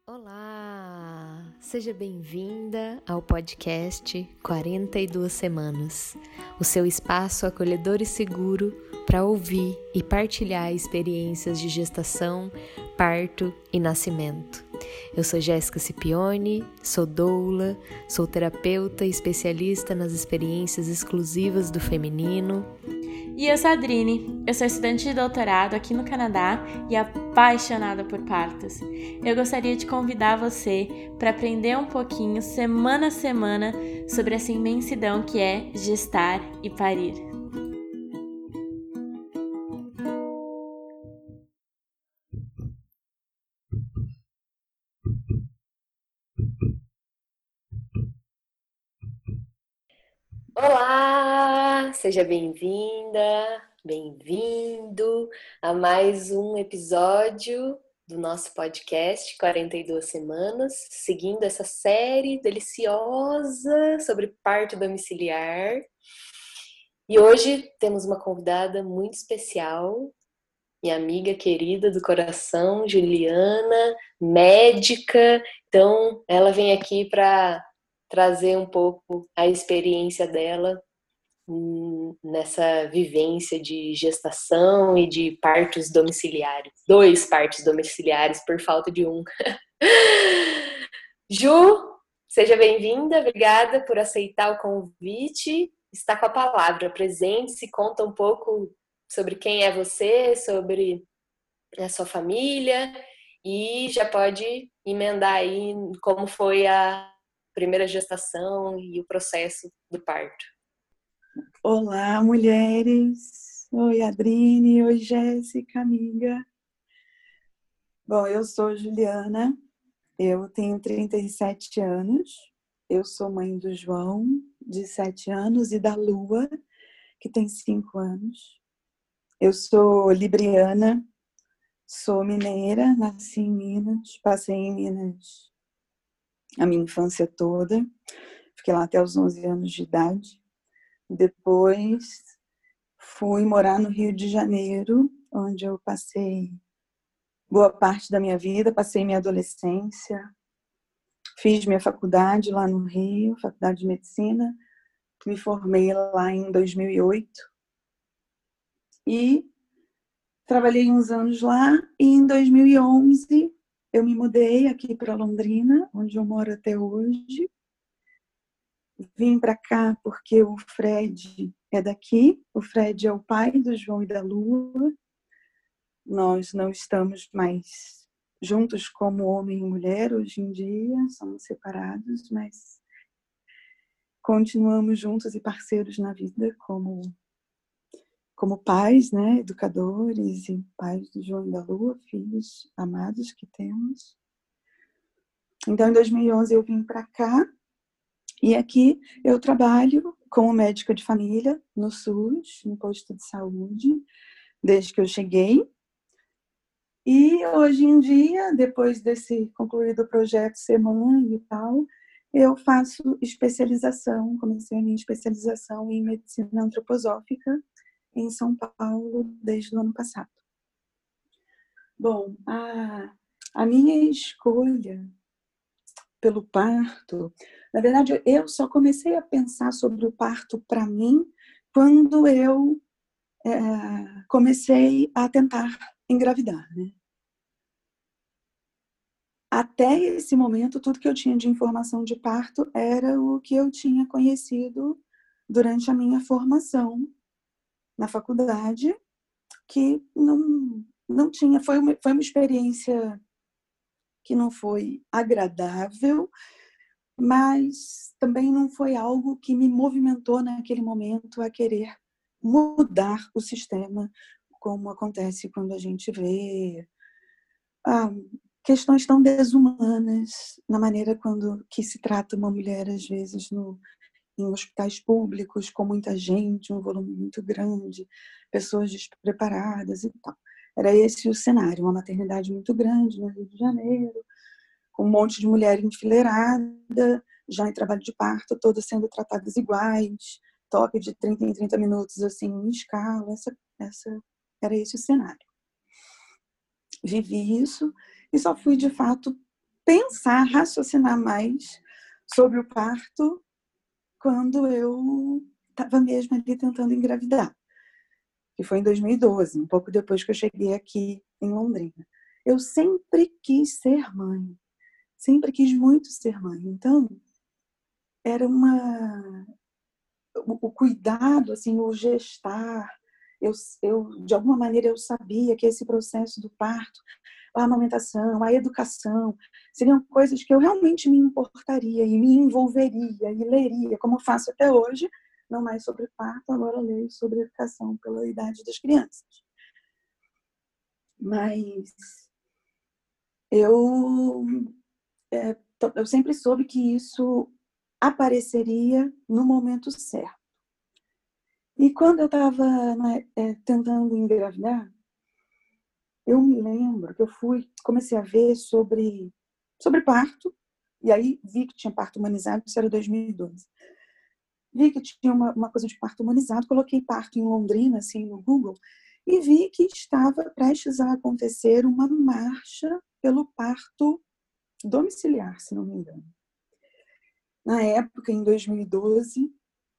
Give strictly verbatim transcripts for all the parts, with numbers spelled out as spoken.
Olá! Seja bem-vinda ao podcast quarenta e duas Semanas, o seu espaço acolhedor e seguro para ouvir e partilhar experiências de gestação, parto e nascimento. Eu sou Jéssica Scipione, sou doula, sou terapeuta e especialista nas experiências exclusivas do feminino. E eu sou a Adrine, eu sou estudante de doutorado aqui no Canadá e apaixonada por partos. Eu gostaria de convidar você para aprender um pouquinho, semana a semana, sobre essa imensidão que é gestar e parir. Olá! Seja bem-vinda, bem-vindo a mais um episódio do nosso podcast quarenta e duas Semanas, seguindo essa série deliciosa sobre parto domiciliar. E hoje temos uma convidada muito especial, minha amiga querida do coração, Juliana, médica. Então, ela vem aqui para trazer um pouco a experiência dela nessa vivência de gestação e de partos domiciliares. Dois partos domiciliares por falta de um. Ju, seja bem-vinda, obrigada por aceitar o convite. Está com a palavra, presente-se, conta um pouco sobre quem é você, sobre a sua família e já pode emendar aí como foi a primeira gestação e o processo do parto. Olá, mulheres! Oi, Adrine! Oi, Jéssica, amiga! Bom, eu sou Juliana, eu tenho trinta e sete anos, eu sou mãe do João, de sete anos, e da Lua, que tem cinco anos. Eu sou libriana, sou mineira, nasci em Minas, passei em Minas a minha infância toda, fiquei lá até os onze anos de idade. Depois fui morar no Rio de Janeiro, onde eu passei boa parte da minha vida, passei minha adolescência, fiz minha faculdade lá no Rio, faculdade de medicina, me formei lá em dois mil e oito e trabalhei uns anos lá e em dois mil e onze eu me mudei aqui para Londrina, onde eu moro até hoje. Vim para cá porque o Fred é daqui, o Fred é o pai do João e da Lua. Nós não estamos mais juntos como homem e mulher hoje em dia, somos separados, mas continuamos juntos e parceiros na vida como, como pais, né, educadores e pais do João e da Lua, filhos amados que temos. Então, em dois mil e onze eu vim para cá e aqui eu trabalho como médica de família no SUS, no posto de saúde, desde que eu cheguei. E hoje em dia, depois desse concluído projeto Ser Mãe e tal, eu faço especialização, comecei a minha especialização em medicina antroposófica em São Paulo desde o ano passado. Bom, a, a minha escolha pelo parto, na verdade, eu só comecei a pensar sobre o parto para mim quando eu é, comecei a tentar engravidar, né? Até esse momento, tudo que eu tinha de informação de parto era o que eu tinha conhecido durante a minha formação na faculdade, que não, não tinha, foi uma, foi uma experiência que não foi agradável, mas também não foi algo que me movimentou naquele momento a querer mudar o sistema, como acontece quando a gente vê ah, questões tão desumanas na maneira quando que se trata uma mulher, às vezes, no, em hospitais públicos, com muita gente, um volume muito grande, pessoas despreparadas e tal. Era esse o cenário, uma maternidade muito grande no Rio de Janeiro, com um monte de mulher enfileirada, já em trabalho de parto, todas sendo tratadas iguais, toque de trinta em trinta minutos, assim, em escala, essa, essa, era esse o cenário. Vivi isso e só fui, de fato, pensar, raciocinar mais sobre o parto quando eu estava mesmo ali tentando engravidar. Que foi em dois mil e doze, um pouco depois que eu cheguei aqui em Londrina. Eu sempre quis ser mãe. Sempre quis muito ser mãe. Então, era uma... O, o cuidado, assim, o gestar. Eu, eu, de alguma maneira, eu sabia que esse processo do parto, a amamentação, a educação, seriam coisas que eu realmente me importaria e me envolveria e leria, como eu faço até hoje, não mais sobre parto, agora eu leio sobre educação pela idade das crianças. Mas eu, é, eu sempre soube que isso apareceria no momento certo. E quando eu estava é, tentando engravidar, eu me lembro que eu fui, comecei a ver sobre, sobre parto, e aí vi que tinha parto humanizado, isso era dois mil e doze. Vi que tinha uma, uma coisa de parto humanizado, coloquei parto em Londrina, assim, no Google, e vi que estava prestes a acontecer uma marcha pelo parto domiciliar, se não me engano. Na época, em dois mil e doze,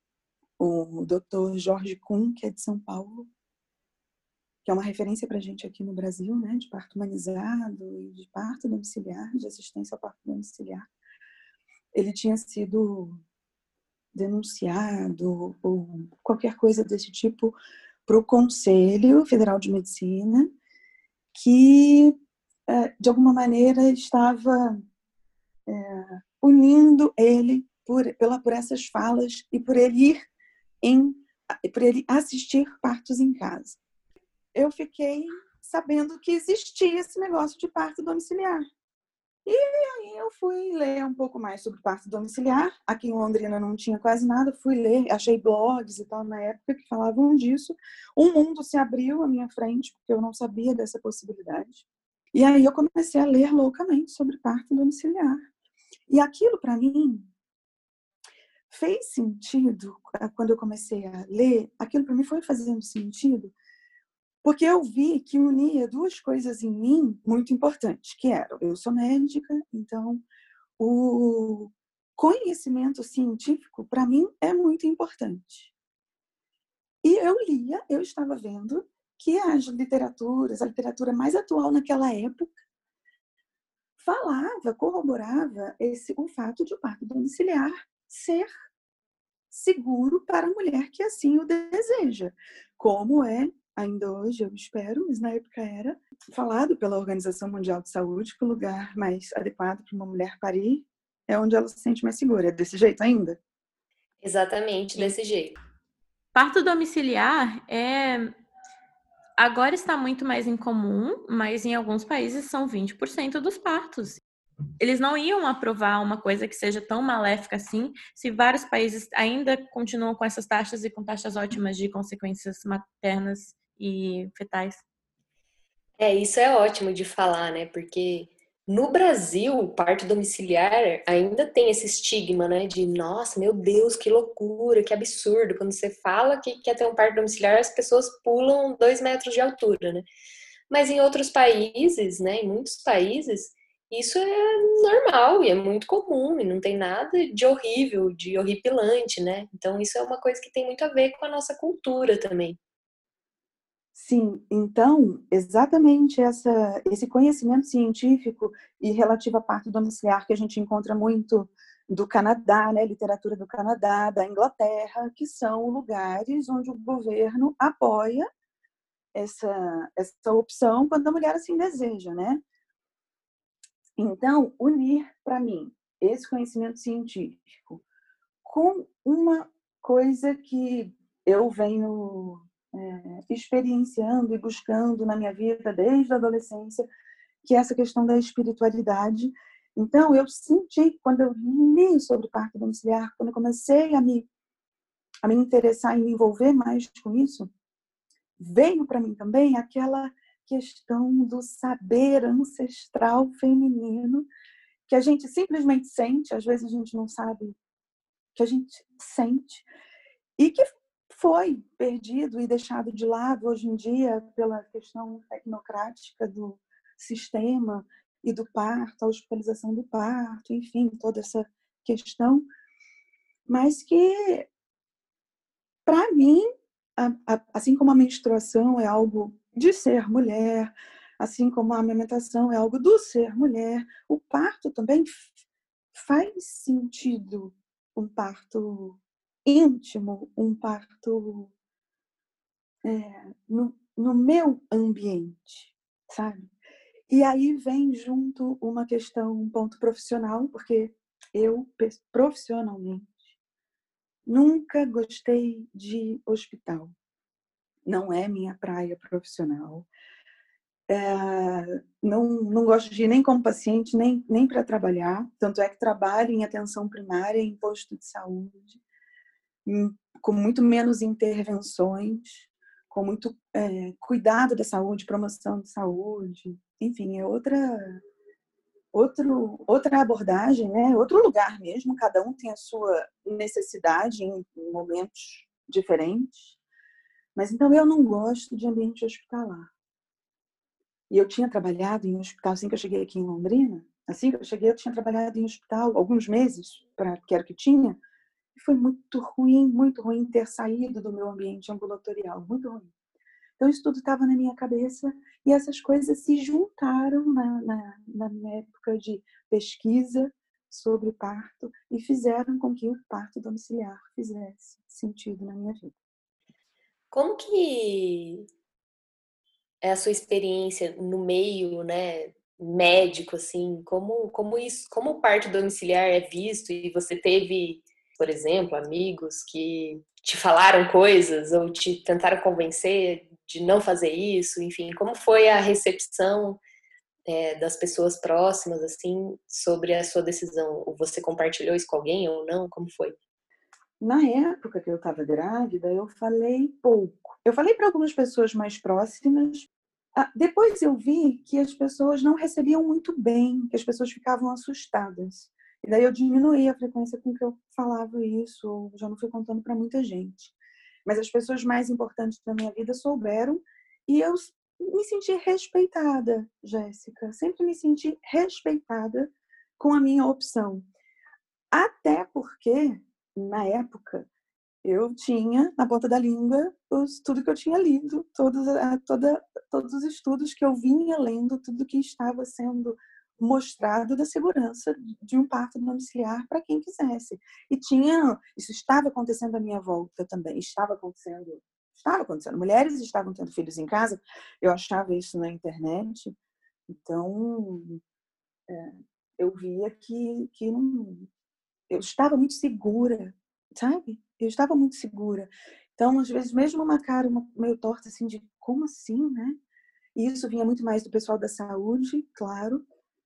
o doutor Jorge Kuhn, que é de São Paulo, que é uma referência para a gente aqui no Brasil, né, de parto humanizado e de parto domiciliar, de assistência ao parto domiciliar, ele tinha sido denunciado ou qualquer coisa desse tipo para o Conselho Federal de Medicina, que, de alguma maneira, estava é, unindo ele por, pela, por essas falas e por ele ir em, por ele assistir partos em casa. Eu fiquei sabendo que existia esse negócio de parto domiciliar. E aí eu fui ler um pouco mais sobre parto domiciliar. Aqui em Londrina não tinha quase nada. Fui ler, achei blogs e tal na época que falavam disso. Um mundo se abriu à minha frente, porque eu não sabia dessa possibilidade. E aí eu comecei a ler loucamente sobre parto domiciliar. E aquilo, para mim, fez sentido. Quando eu comecei a ler, aquilo para mim foi fazendo sentido, porque eu vi que unia duas coisas em mim muito importantes, que eram, eu sou médica, então o conhecimento científico, para mim, é muito importante. E eu lia, eu estava vendo que as literaturas, a literatura mais atual naquela época, falava, corroborava esse, o fato de o parto domiciliar ser seguro para a mulher que assim o deseja, como é ainda hoje, eu espero, mas na época era falado pela Organização Mundial de Saúde que o lugar mais adequado para uma mulher parir é onde ela se sente mais segura. É desse jeito ainda? Exatamente desse jeito. Parto domiciliar é... agora está muito mais incomum, mas em alguns países são vinte por cento dos partos. Eles não iam aprovar uma coisa que seja tão maléfica assim, se vários países ainda continuam com essas taxas e com taxas ótimas de consequências maternas e fetais. É, isso é ótimo de falar, né? Porque no Brasil, o parto domiciliar ainda tem esse estigma, né? De, nossa, meu Deus, que loucura, que absurdo. Quando você fala que quer ter um parto domiciliar, as pessoas pulam dois metros de altura, né? Mas em outros países, né? Em muitos países, isso é normal e é muito comum e não tem nada de horrível, de horripilante, né? Então isso é uma coisa que tem muito a ver com a nossa cultura também. Sim, então, exatamente essa, esse conhecimento científico e relativo à parto domiciliar que a gente encontra muito do Canadá, né, literatura do Canadá, da Inglaterra, que são lugares onde o governo apoia essa, essa opção quando a mulher assim deseja, né? Então, unir para mim esse conhecimento científico com uma coisa que eu venho é, experienciando e buscando na minha vida desde a adolescência, que é essa questão da espiritualidade. Então, eu senti, quando eu li sobre parto domiciliar, quando eu comecei a me, a me interessar e me envolver mais com isso, veio para mim também aquela questão do saber ancestral feminino, que a gente simplesmente sente, às vezes a gente não sabe, que a gente sente, e que foi perdido e deixado de lado hoje em dia pela questão tecnocrática do sistema e do parto, a hospitalização do parto, enfim, toda essa questão, mas que, para mim, assim como a menstruação é algo de ser mulher, assim como a amamentação é algo do ser mulher, o parto também faz sentido, um parto íntimo, um parto é, no, no meu ambiente, sabe? E aí vem junto uma questão, um ponto profissional, porque eu, profissionalmente, nunca gostei de hospital. Não é minha praia profissional. É, não, não gosto de ir nem como paciente, nem, nem para trabalhar. Tanto é que trabalho em atenção primária, em posto de saúde, com muito menos intervenções, com muito é, cuidado da saúde, promoção de saúde. Enfim, é outra, outro, outra abordagem, né? Outro lugar mesmo. Cada um tem a sua necessidade em, em momentos diferentes. Mas então eu não gosto de ambiente hospitalar. E eu tinha trabalhado em um hospital, assim que eu cheguei aqui em Londrina, assim que eu cheguei eu tinha trabalhado em um hospital alguns meses, para que era o que tinha, e foi muito ruim, muito ruim ter saído do meu ambiente ambulatorial, muito ruim. Então isso tudo estava na minha cabeça e essas coisas se juntaram na, na, na minha época de pesquisa sobre parto e fizeram com que o parto domiciliar fizesse sentido na minha vida. Como que é a sua experiência no meio, né, médico, assim? Como, como isso, como o parto domiciliar é visto e você teve, por exemplo, amigos que te falaram coisas ou te tentaram convencer de não fazer isso, enfim, como foi a recepção é, das pessoas próximas, assim, sobre a sua decisão? Ou você compartilhou isso com alguém ou não? Como foi? Na época que eu estava grávida, eu falei pouco. Eu falei para algumas pessoas mais próximas. Depois eu vi que as pessoas não recebiam muito bem, que as pessoas ficavam assustadas. E daí eu diminuí a frequência com que eu falava isso, ou já não fui contando para muita gente. Mas as pessoas mais importantes da minha vida souberam e eu me senti respeitada, Jéssica. Sempre me senti respeitada com a minha opção. Até porque, na época, eu tinha na ponta da língua os, tudo que eu tinha lido, todos, toda, todos os estudos que eu vinha lendo, tudo que estava sendo mostrado da segurança de um parto domiciliar para quem quisesse. E tinha, isso estava acontecendo à minha volta também, estava acontecendo, estava acontecendo. Mulheres estavam tendo filhos em casa, eu achava isso na internet, então é, eu via que, que não, eu estava muito segura, sabe? Eu estava muito segura. Então, às vezes, mesmo uma cara meio torta, assim, de como assim, né? E isso vinha muito mais do pessoal da saúde, claro,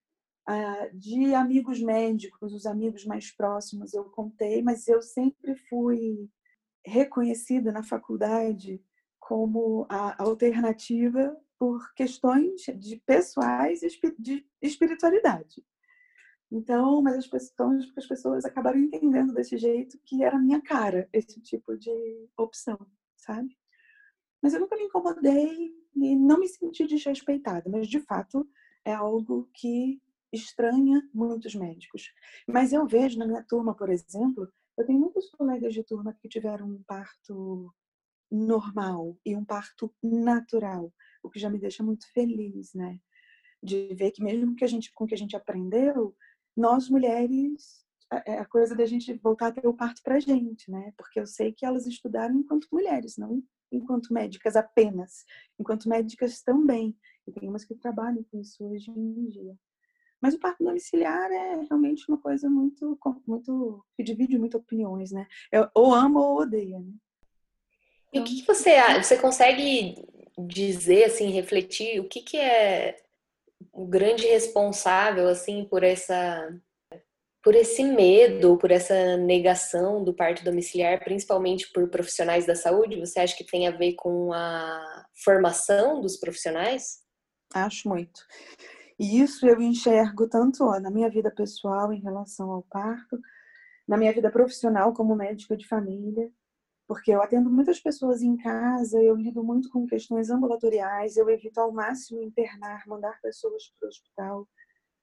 de amigos médicos, os amigos mais próximos eu contei, mas eu sempre fui reconhecida na faculdade como a alternativa por questões de pessoais e de espiritualidade. Então, mas as pessoas, as pessoas acabaram entendendo desse jeito que era a minha cara, esse tipo de opção, sabe? Mas eu nunca me incomodei e não me senti desrespeitada, mas de fato é algo que estranha muitos médicos. Mas eu vejo na minha turma, por exemplo, eu tenho muitos colegas de turma que tiveram um parto normal e um parto natural, o que já me deixa muito feliz, né? De ver que mesmo que a gente, com o que a gente aprendeu, nós mulheres, a, a coisa da gente voltar a ter o parto pra gente, né? Porque eu sei que elas estudaram enquanto mulheres, não enquanto médicas apenas, enquanto médicas também. E tem umas que trabalham com isso hoje em dia. Mas o parto domiciliar é realmente uma coisa muito, muito que divide muitas opiniões, né? Eu ou amo ou odeio, né? E o Então, que que você acha? Você consegue dizer, assim, refletir o que que é o grande responsável, assim, por essa, por esse medo, por essa negação do parto domiciliar, principalmente por profissionais da saúde? Você acha que tem a ver com a formação dos profissionais? acho muito. E isso eu enxergo tanto ó, na minha vida pessoal em relação ao parto, na minha vida profissional como médica de família, porque eu atendo muitas pessoas em casa, eu lido muito com questões ambulatoriais, eu evito ao máximo internar, mandar pessoas para o hospital.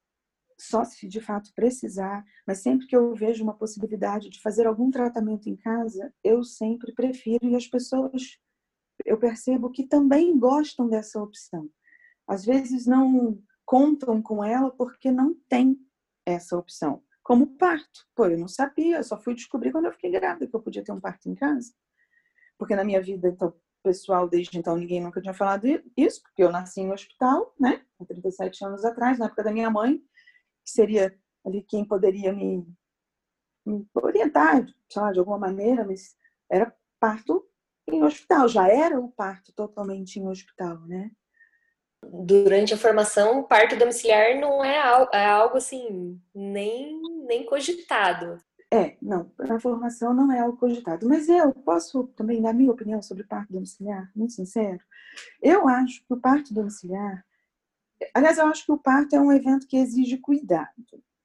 só se de fato precisar, mas sempre que eu vejo uma possibilidade de fazer algum tratamento em casa, eu sempre prefiro, e as pessoas, eu percebo que também gostam dessa opção. Às vezes não contam com ela porque não tem essa opção. Como parto. Pô, eu não sabia, eu só fui descobrir quando eu fiquei grávida que eu podia ter um parto em casa. Porque na minha vida, então, pessoal, desde então, ninguém nunca tinha falado isso, porque eu nasci em um hospital, né? Há trinta e sete anos atrás, na época da minha mãe, que seria ali quem poderia me, me orientar, sei lá, de alguma maneira, mas era parto em hospital, já era o parto totalmente em hospital, né? Durante a formação, o parto domiciliar não é algo, é algo assim, nem, nem cogitado. É, não, na formação não é algo cogitado. Mas eu posso também dar minha opinião sobre parto domiciliar, muito sincero. Eu acho que o parto domiciliar, aliás, eu acho que o parto é um evento que exige cuidado,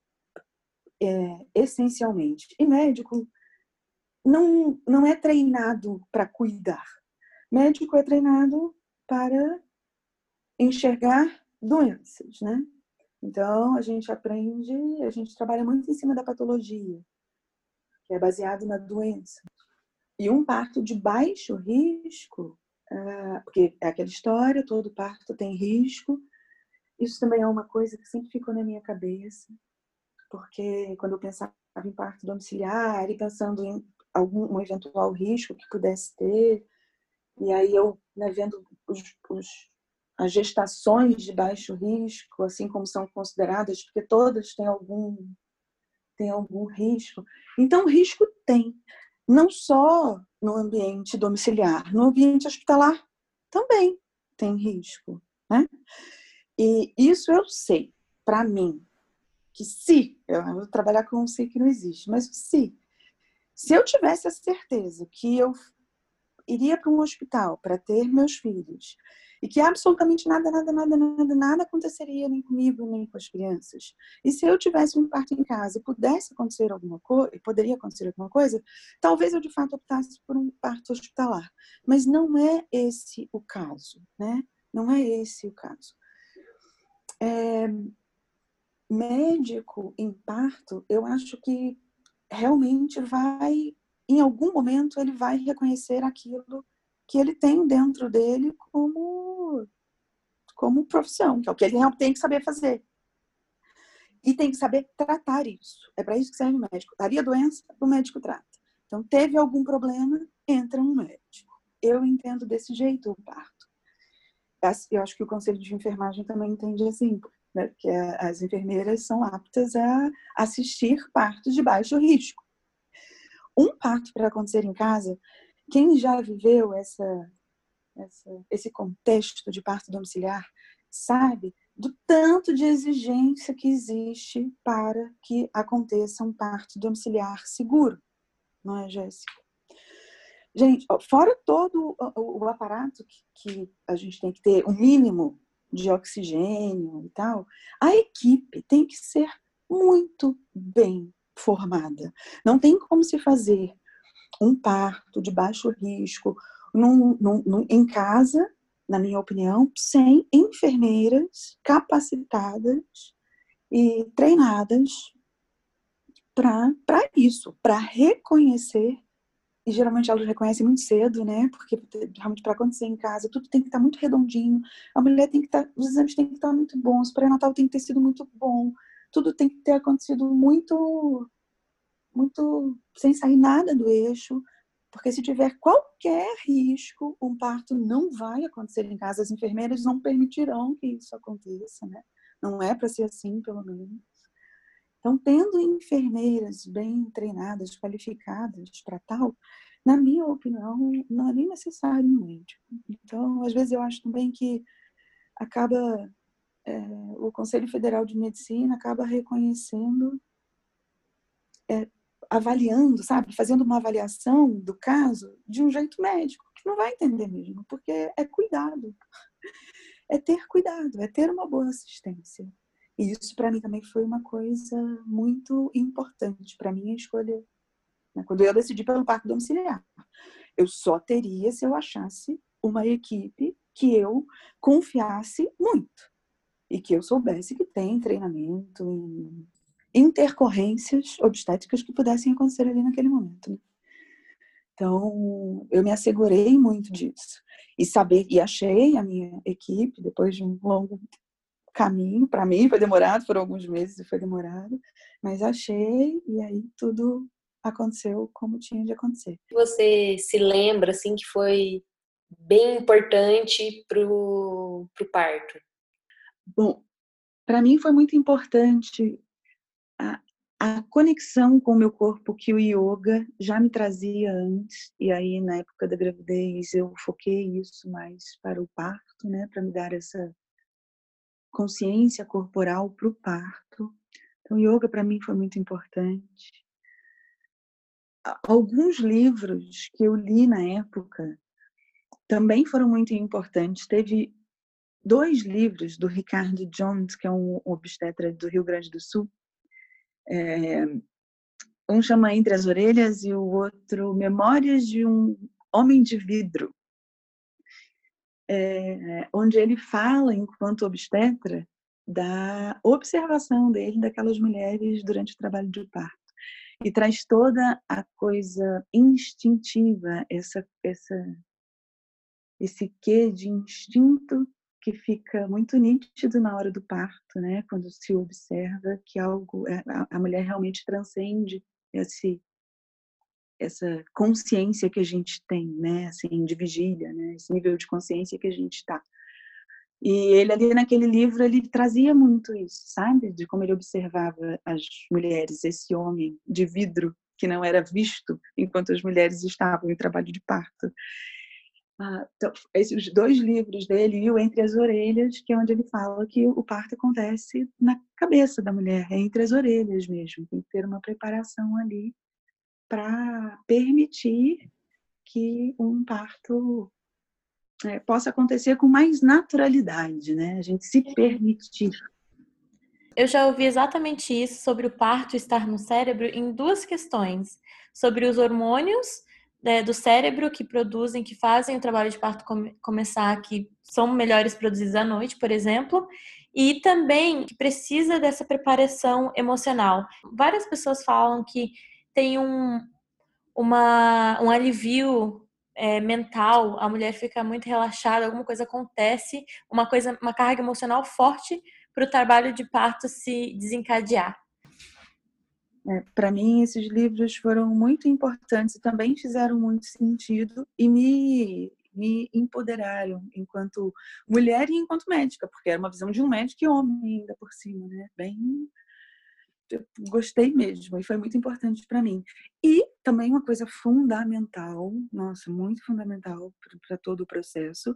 é, essencialmente. E médico não, não é treinado para cuidar. Médico é treinado para enxergar doenças, né? Então, a gente aprende, a gente trabalha muito em cima da patologia, que é baseado na doença. E um parto de baixo risco, porque é aquela história, todo parto tem risco. Isso também é uma coisa que sempre ficou na minha cabeça, porque quando eu pensava em parto domiciliar e pensando em algum um eventual risco que pudesse ter, e aí eu, né, vendo os, os, as gestações de baixo risco, assim como são consideradas, porque todas têm algum, têm algum risco. Então, risco tem. Não só no ambiente domiciliar, no ambiente hospitalar também tem risco, né? E isso eu sei, para mim, que se, eu vou trabalhar com um se que não existe, mas se, se eu tivesse a certeza que eu iria para um hospital para ter meus filhos e que absolutamente nada, nada, nada, nada, nada aconteceria nem comigo, nem com as crianças. E se eu tivesse um parto em casa e pudesse acontecer alguma coisa, poderia acontecer alguma coisa, talvez eu de fato optasse por um parto hospitalar. Mas não é esse o caso, né? Não é esse o caso. É, médico em parto, eu acho que realmente vai, em algum momento, ele vai reconhecer aquilo que ele tem dentro dele como, como profissão, que é o que ele tem que saber fazer. E tem que saber tratar isso. É para isso que serve o médico. Daria doença, o médico trata. Então, teve algum problema, entra um médico. Eu entendo desse jeito o parto. Eu acho que o conselho de enfermagem também entende assim, né? Que as enfermeiras são aptas a assistir partos de baixo risco. Um parto para acontecer em casa, quem já viveu essa, essa, esse contexto de parto domiciliar sabe do tanto de exigência que existe para que aconteça um parto domiciliar seguro, não é, Jéssica? Gente, fora todo o, o aparato que, que a gente tem que ter, o mínimo de oxigênio e tal, a equipe tem que ser muito bem formada. Não tem como se fazer um parto de baixo risco num, num, num, em casa, na minha opinião, sem enfermeiras capacitadas e treinadas para isso, para reconhecer. E geralmente elas reconhecem muito cedo, né? Porque realmente para acontecer em casa, tudo tem que estar muito redondinho. A mulher tem que estar, os exames têm que estar muito bons, o pré-natal tem que ter sido muito bom, tudo tem que ter acontecido muito, muito sem sair nada do eixo. Porque se tiver qualquer risco, um parto não vai acontecer em casa. As enfermeiras não permitirão que isso aconteça, né? Não é para ser assim, pelo menos. Então, tendo enfermeiras bem treinadas, qualificadas para tal, na minha opinião, não é nem necessário um médico. Então, às vezes eu acho também que acaba, é, o Conselho Federal de Medicina acaba reconhecendo, é, avaliando, sabe, fazendo uma avaliação do caso de um jeito médico, que não vai entender mesmo, porque é cuidado. É ter cuidado, é ter uma boa assistência. E isso, para mim, também foi uma coisa muito importante para a minha escolha. Quando eu decidi pelo parto domiciliar, eu só teria se eu achasse uma equipe que eu confiasse muito. e que eu soubesse que tem treinamento em intercorrências obstétricas que pudessem acontecer ali naquele momento, né? Então, eu me assegurei muito disso. E saber, e achei a minha equipe, depois de um longo caminho, para mim foi demorado, foram alguns meses e foi demorado, mas achei, e aí tudo aconteceu como tinha de acontecer. Você se lembra, assim, que foi bem importante pro, pro parto? Bom, para mim foi muito importante a, a conexão com o meu corpo que o yoga já me trazia antes, e aí na época da gravidez eu foquei isso mais para o parto, né, para me dar essa consciência corporal para o parto. Então, o yoga para mim foi muito importante. Alguns livros que eu li na época também foram muito importantes. Teve dois livros do Ricardo Jones, que é um obstetra do Rio Grande do Sul. É, um chama Entre as Orelhas e o outro Memórias de um Homem de Vidro. É, onde ele fala, enquanto obstetra, da observação dele daquelas mulheres durante o trabalho de parto. E traz toda a coisa instintiva, essa, essa, esse quê de instinto que fica muito nítido na hora do parto, né? Quando se observa que algo, a mulher realmente transcende esse, essa consciência que a gente tem, né? Assim, de vigília, né? Esse nível de consciência que a gente está. E ele ali naquele livro, ele trazia muito isso, sabe? De como ele observava as mulheres, esse homem de vidro que não era visto enquanto as mulheres estavam em trabalho de parto. Ah, então, esses dois livros dele, e o Entre as Orelhas, que é onde ele fala que o parto acontece na cabeça da mulher, é entre as orelhas mesmo. Tem que ter uma preparação ali para permitir que um parto É, possa acontecer com mais naturalidade, né? A gente se permitir. Eu já ouvi exatamente isso sobre o parto estar no cérebro em duas questões. Sobre os hormônios, né, do cérebro que produzem, que fazem o trabalho de parto come- começar, que são melhores produzidos à noite, por exemplo, e também que precisa dessa preparação emocional. Várias pessoas falam que tem um, uma, um alívio é, mental, a mulher fica muito relaxada, alguma coisa acontece, uma coisa, uma carga emocional forte para o trabalho de parto se desencadear. É, para mim, esses livros foram muito importantes e também fizeram muito sentido e me, me empoderaram enquanto mulher e enquanto médica, porque era uma visão de um médico e homem ainda por cima, né? Bem, eu gostei mesmo e foi muito importante para mim. E também uma coisa fundamental, nossa, muito fundamental para todo o processo,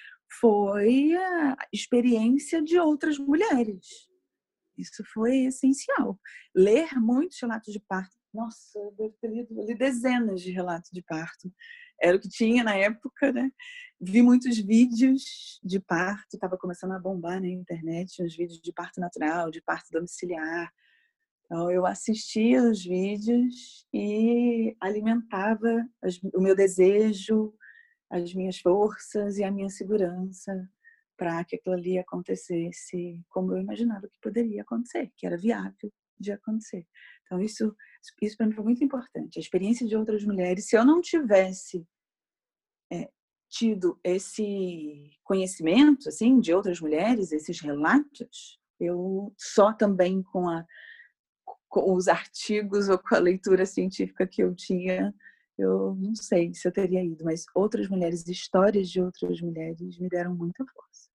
foi a experiência de outras mulheres. Isso foi essencial. Ler muitos relatos de parto. Nossa, eu devo ter lido, li dezenas de relatos de parto. Era o que tinha na época, né? Vi muitos vídeos de parto, estava começando a bombar na internet, uns vídeos de parto natural, de parto domiciliar. Então, eu assistia os vídeos e alimentava o meu desejo, as minhas forças e a minha segurança para que aquilo ali acontecesse como eu imaginava que poderia acontecer, que era viável de acontecer. Então, isso, isso para mim foi muito importante. A experiência de outras mulheres, se eu não tivesse é, tido esse conhecimento assim de outras mulheres, esses relatos, eu só também com, a, com os artigos ou com a leitura científica que eu tinha, eu não sei se eu teria ido, mas outras mulheres, histórias de outras mulheres me deram muita força.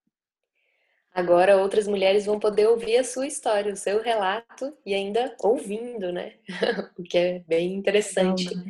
Agora outras mulheres vão poder ouvir a sua história, o seu relato e ainda ouvindo, né? O que é bem interessante. Não, né?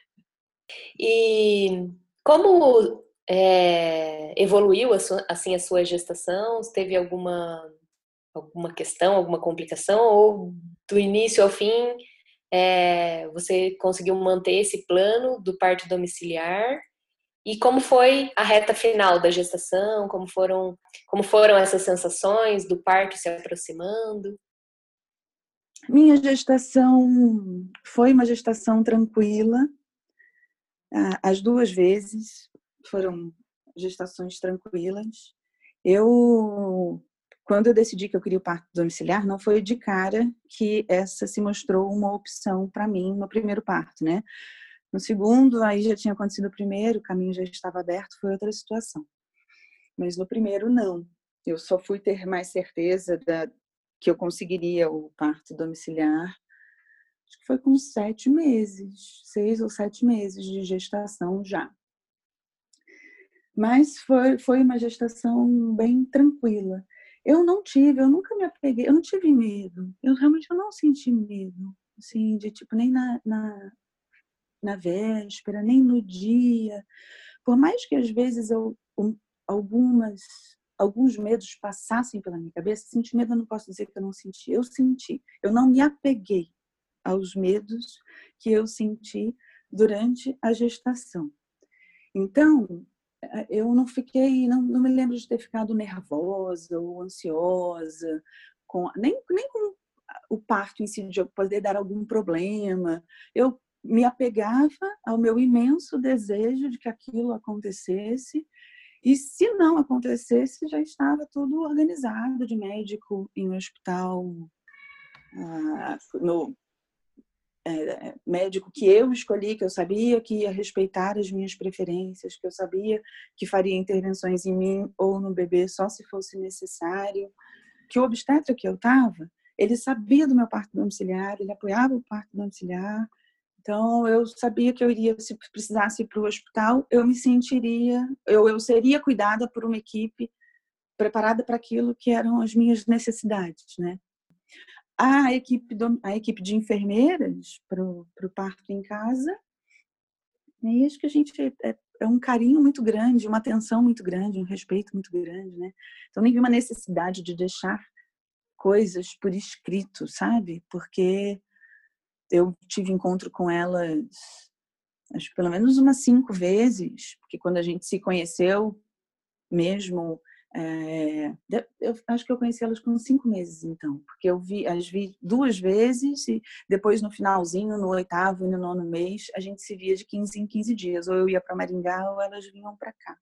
E como é, evoluiu a sua, assim a sua gestação? Teve alguma alguma questão, alguma complicação ou do início ao fim é, você conseguiu manter esse plano do parto domiciliar? E como foi a reta final da gestação? Como foram, como foram essas sensações do parto se aproximando? Minha gestação foi uma gestação tranquila. As duas vezes foram gestações tranquilas. Eu, quando eu decidi que eu queria o parto domiciliar, não foi de cara que essa se mostrou uma opção para mim no primeiro parto, né? No segundo, aí já tinha acontecido o primeiro, o caminho já estava aberto, foi outra situação. Mas no primeiro, não. Eu só fui ter mais certeza da, que eu conseguiria o parto domiciliar, acho que foi com sete meses, seis ou sete meses de gestação já. Mas foi, foi uma gestação bem tranquila. Eu não tive, eu nunca me apeguei, eu não tive medo. Eu realmente eu não senti medo, assim, de tipo, nem na, na, na véspera, nem no dia. Por mais que às vezes eu, um, algumas, alguns medos passassem pela minha cabeça, sentir medo eu não posso dizer que eu não senti. Eu senti, eu não me apeguei aos medos que eu senti durante a gestação. Então, eu não fiquei, não, não me lembro de ter ficado nervosa ou ansiosa, com, nem, nem com o parto em si, de eu poder dar algum problema. Eu me apegava ao meu imenso desejo de que aquilo acontecesse, e se não acontecesse, já estava tudo organizado de médico em um hospital, no É, médico que eu escolhi, que eu sabia que ia respeitar as minhas preferências, que eu sabia que faria intervenções em mim ou no bebê só se fosse necessário, que o obstetra que eu estava, ele sabia do meu parto domiciliar, ele apoiava o parto domiciliar, então eu sabia que eu iria, se precisasse ir para o hospital, eu me sentiria, eu, eu seria cuidada por uma equipe preparada para aquilo que eram as minhas necessidades, né? A equipe, do, a equipe de enfermeiras para o parto em casa, e acho que a gente é, é um carinho muito grande, uma atenção muito grande, um respeito muito grande, né? Então nem vi uma necessidade de deixar coisas por escrito, sabe? Porque eu tive encontro com elas, acho que pelo menos umas cinco vezes, porque quando a gente se conheceu mesmo, É, eu acho que eu conheci elas com cinco meses, então, porque eu vi, as vi duas vezes e depois no finalzinho, no oitavo e no nono mês, a gente se via de quinze em quinze dias, ou eu ia para Maringá ou elas vinham para cá.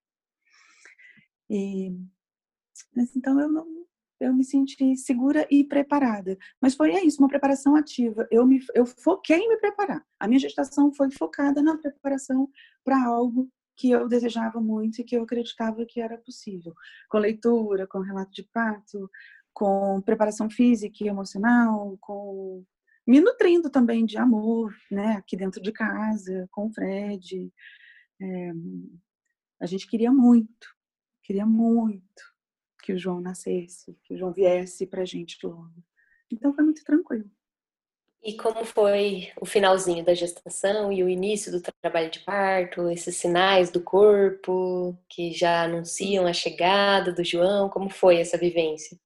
E mas, então eu não, eu me senti segura e preparada, mas foi é isso, uma preparação ativa. Eu me, eu foquei em me preparar. A minha gestação foi focada na preparação para algo que eu desejava muito e que eu acreditava que era possível. Com leitura, com relato de parto, com preparação física e emocional, com me nutrindo também de amor, né, aqui dentro de casa, com o Fred. É, a gente queria muito, queria muito que o João nascesse, que o João viesse pra gente logo. Então foi muito tranquilo. E como foi o finalzinho da gestação e o início do trabalho de parto, esses sinais do corpo que já anunciam a chegada do João? Como foi essa vivência?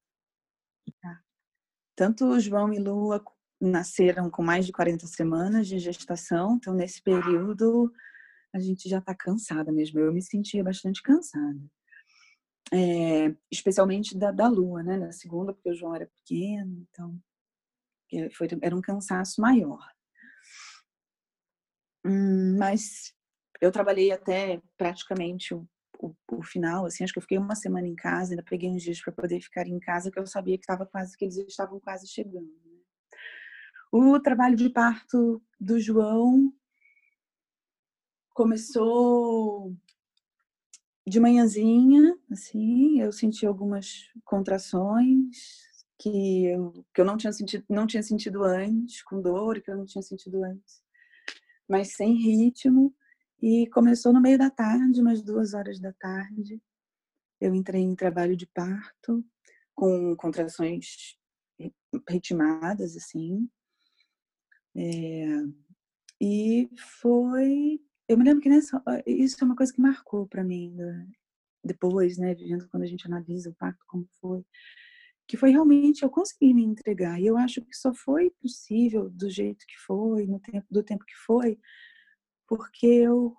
Tanto o João e Lua nasceram com mais de quarenta semanas de gestação, então nesse período a gente já está cansada mesmo. Eu me sentia bastante cansada. É, especialmente da, da Lua, né? Na segunda, porque o João era pequeno, então foi, era um cansaço maior. Hum, mas eu trabalhei até praticamente o, o, o final, assim, acho que eu fiquei uma semana em casa, ainda peguei uns dias para poder ficar em casa, porque eu sabia que estava quase, que eles estavam quase chegando. Né? O trabalho de parto do João começou de manhãzinha, assim, eu senti algumas contrações que eu, que eu não tinha sentido, não tinha sentido antes, com dor, que eu não tinha sentido antes, mas sem ritmo. E começou no meio da tarde, umas duas horas da tarde. Eu entrei em trabalho de parto, com contrações ritmadas, assim. É, e foi... Eu me lembro que nessa, isso é uma coisa que marcou para mim, né? Depois, né, vivendo quando a gente analisa o parto como foi, que foi realmente eu consegui me entregar. E eu acho que só foi possível do jeito que foi, no tempo do tempo que foi, porque eu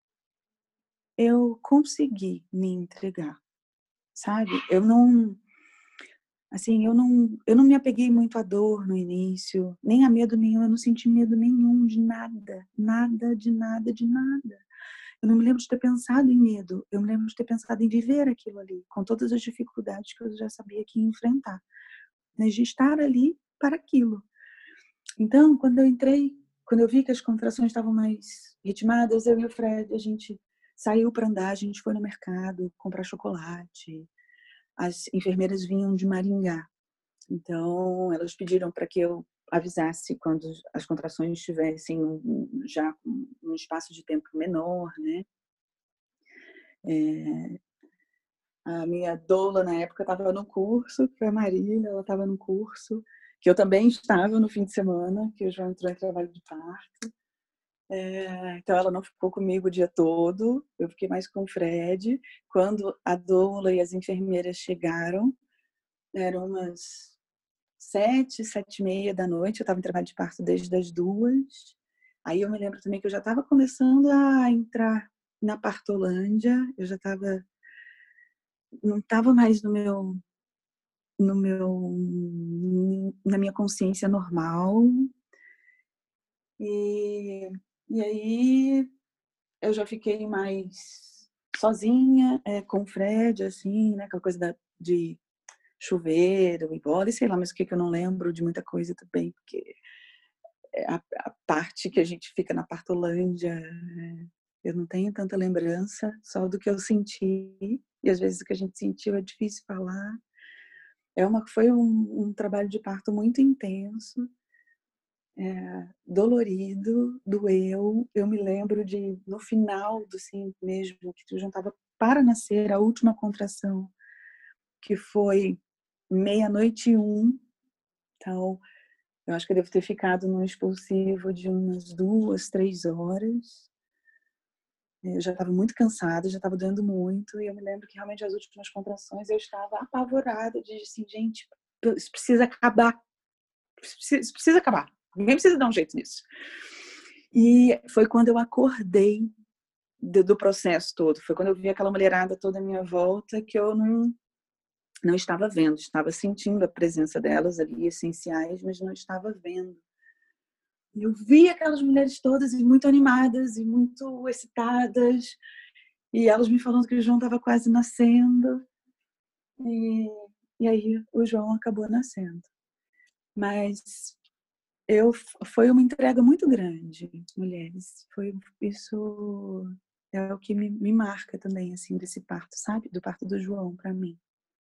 eu consegui me entregar, sabe? Eu não, assim, eu não, eu não me apeguei muito à dor no início, nem a medo nenhum, eu não senti medo nenhum de nada, nada, de nada, de nada. Eu não me lembro de ter pensado em medo, eu me lembro de ter pensado em viver aquilo ali, com todas as dificuldades que eu já sabia que ia enfrentar, mas de estar ali para aquilo. Então, quando eu entrei, quando eu vi que as contrações estavam mais ritmadas, eu e o Fred, a gente saiu para andar, a gente foi no mercado comprar chocolate. As enfermeiras vinham de Maringá, então elas pediram para que eu avisasse quando as contrações estivessem já com um espaço de tempo menor, né? É, a minha doula na época estava no curso, que foi a Marília, ela estava no curso, que eu também estava no fim de semana, que eu já entrou em trabalho de parto. É, então ela não ficou comigo o dia todo, eu fiquei mais com o Fred. Quando a doula e as enfermeiras chegaram, eram umas sete, sete e meia da noite, eu estava em trabalho de parto desde as duas. Aí eu me lembro também que eu já estava começando a entrar na partolândia, eu já estava, não estava mais no meu, no meu, na minha consciência normal. E, e aí eu já fiquei mais sozinha, é, com o Fred, assim, né, aquela coisa da, de chuveiro e bola, e sei lá, mas o que que eu não lembro de muita coisa também, porque a, a parte que a gente fica na partolândia, eu não tenho tanta lembrança, só do que eu senti, e às vezes o que a gente sentiu é difícil falar. É uma, foi um, um trabalho de parto muito intenso, é, dolorido, doeu. Eu me lembro de, no final do sim mesmo, que eu já estava para nascer, a última contração, que foi meia-noite e um, então eu acho que eu devo ter ficado num expulsivo de umas duas, três horas. Eu já estava muito cansada, já estava doendo muito, e eu me lembro que realmente as últimas contrações eu estava apavorada de assim, gente, isso precisa acabar, isso precisa acabar, ninguém precisa dar um jeito nisso. E foi quando eu acordei do, do processo todo, foi quando eu vi aquela mulherada toda à minha volta que eu não, não estava vendo, estava sentindo a presença delas ali, essenciais, mas não estava vendo. E eu vi aquelas mulheres todas muito animadas e muito excitadas, e elas me falando que o João estava quase nascendo, e, e aí o João acabou nascendo. Mas eu, foi uma entrega muito grande, mulheres. Foi, isso é o que me, me marca também, assim, desse parto, sabe? Do parto do João, para mim.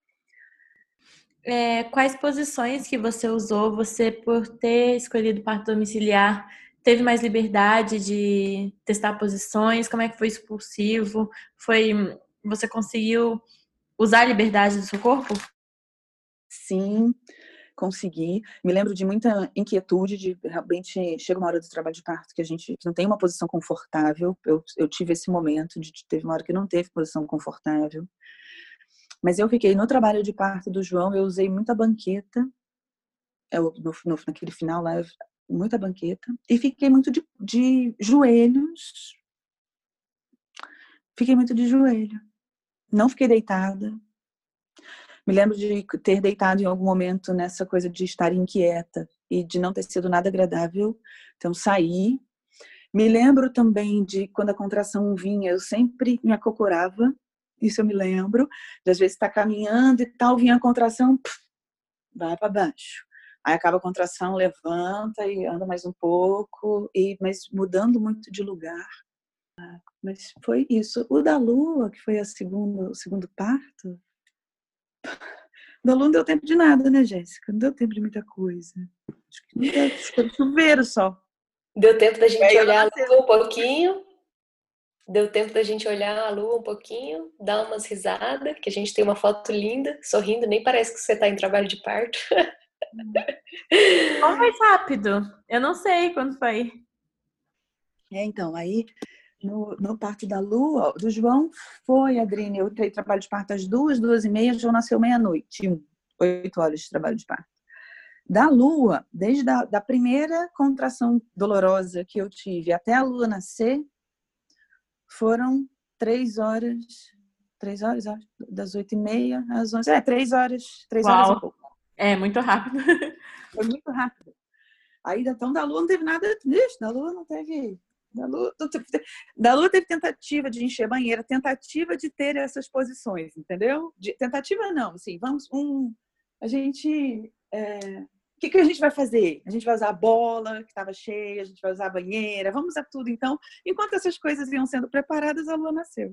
É, quais posições que você usou? Você, por ter escolhido parto domiciliar, teve mais liberdade de testar posições? Como é que foi expulsivo? Foi, você conseguiu usar a liberdade do seu corpo? Sim, consegui. Me lembro de muita inquietude, de realmente chega uma hora do trabalho de parto que a gente não tem uma posição confortável. Eu, eu tive esse momento de teve uma hora que não teve posição confortável. Mas eu fiquei no trabalho de parto do João, eu usei muita banqueta, eu, no, no, naquele final lá, muita banqueta, e fiquei muito de, de joelhos, fiquei muito de joelho, não fiquei deitada. Me lembro de ter deitado em algum momento nessa coisa de estar inquieta e de não ter sido nada agradável, então saí. Me lembro também de quando a contração vinha, eu sempre me acocorava, isso eu me lembro, de às vezes estar caminhando e tal, vinha a contração, pff, vai para baixo. Aí acaba a contração, levanta e anda mais um pouco, e, mas mudando muito de lugar. Mas foi isso. O da Lua, que foi a segundo, o segundo parto, o da Lua não deu tempo de nada, né, Jéssica? Não deu tempo de muita coisa. Acho que não deu, acho que foi chuveiro só. Deu tempo da gente Aí olhar a Lua um pouquinho. Deu tempo da gente olhar a Lua um pouquinho, dar umas risadas, que a gente tem uma foto linda, sorrindo, nem parece que você está em trabalho de parto. Como foi rápido? Eu não sei quando foi. É, então, aí no, no parto da Lua, do João foi, Adrine, eu tenho trabalho de parto às duas, duas e meia, João nasceu meia-noite, oito horas de trabalho de parto. Da Lua, desde a da primeira contração dolorosa que eu tive até a Lua nascer, foram três horas, três horas, das oito e meia às onze, é, três horas, três horas e pouco. É, muito rápido. Foi muito rápido. Aí, então, da Lua não teve nada, ixi, da Lua não teve Da Lu, da Lu teve tentativa de encher a banheira, tentativa de ter essas posições, entendeu? De, tentativa não, assim, vamos, um, a gente, é, o que, que a gente vai fazer? A gente vai usar a bola que estava cheia, a gente vai usar a banheira, vamos usar tudo. Então, enquanto essas coisas iam sendo preparadas, a Lu nasceu.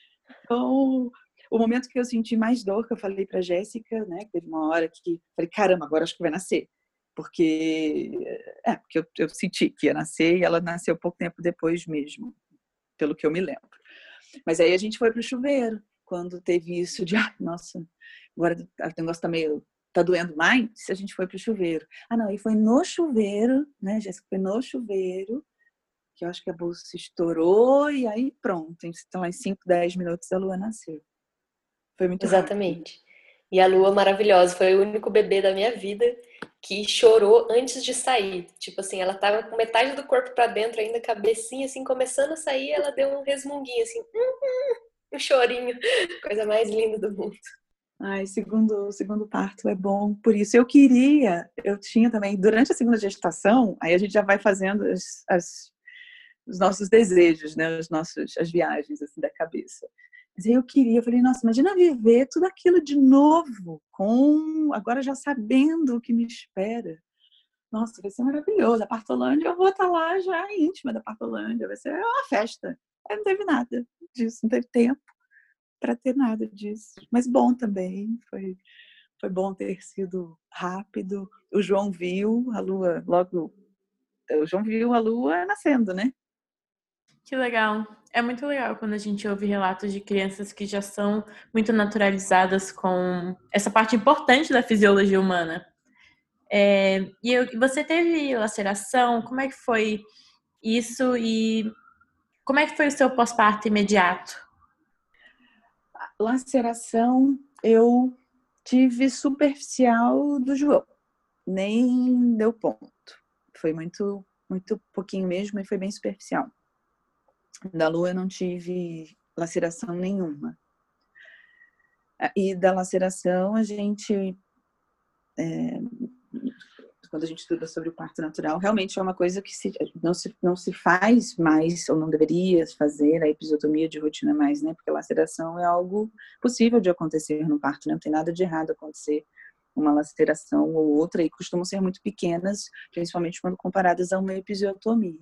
Então, o momento que eu senti mais dor, que eu falei para a Jéssica, né, que teve uma hora que falei, caramba, agora acho que vai nascer. Porque, é, porque eu, eu senti que ia nascer e ela nasceu pouco tempo depois mesmo, pelo que eu me lembro. Mas aí a gente foi para o chuveiro, quando teve isso de, ah, nossa, agora o negócio tá meio, tá doendo mais, a gente foi para o chuveiro. Ah, não, e foi no chuveiro, né, Jéssica, foi no chuveiro, que eu acho que a bolsa se estourou e aí pronto, então em cinco, dez minutos a Lua nasceu. Foi muito Exatamente. rápido. E a Lua maravilhosa, foi o único bebê da minha vida que chorou antes de sair. Tipo assim, ela tava com metade do corpo pra dentro ainda, cabecinha assim, começando a sair, ela deu um resmunguinho assim, um chorinho, coisa mais linda do mundo. Ai, segundo, segundo parto é bom, por isso eu queria, eu tinha também, durante a segunda gestação, aí a gente já vai fazendo as, as, os nossos desejos, né, os nossos, as viagens assim, da cabeça. Mas aí eu queria, eu falei, nossa, imagina viver tudo aquilo de novo, com agora já sabendo o que me espera. Nossa, vai ser maravilhoso. A Partolândia, eu vou estar lá já íntima da Partolândia, vai ser uma festa. Aí não teve nada disso, não teve tempo para ter nada disso. Mas bom também, foi, foi bom ter sido rápido. O João viu a Lua logo, o João viu a Lua nascendo, né? Que legal. É muito legal quando a gente ouve relatos de crianças que já são muito naturalizadas com essa parte importante da fisiologia humana. É, e eu, você teve laceração? Como é que foi isso? E como é que foi o seu pós-parto imediato? Laceração, eu tive superficial do João. Nem deu ponto. Foi muito, muito pouquinho mesmo e foi bem superficial. Da Lua eu não tive laceração nenhuma. E da laceração a gente, é, quando a gente estuda sobre o parto natural, realmente é uma coisa que se, não, se, não se faz mais, ou não deveria fazer a episiotomia de rotina mais, né? Porque a laceração é algo possível de acontecer no parto, né? Não tem nada de errado acontecer uma laceração ou outra, e costumam ser muito pequenas, principalmente quando comparadas a uma episiotomia.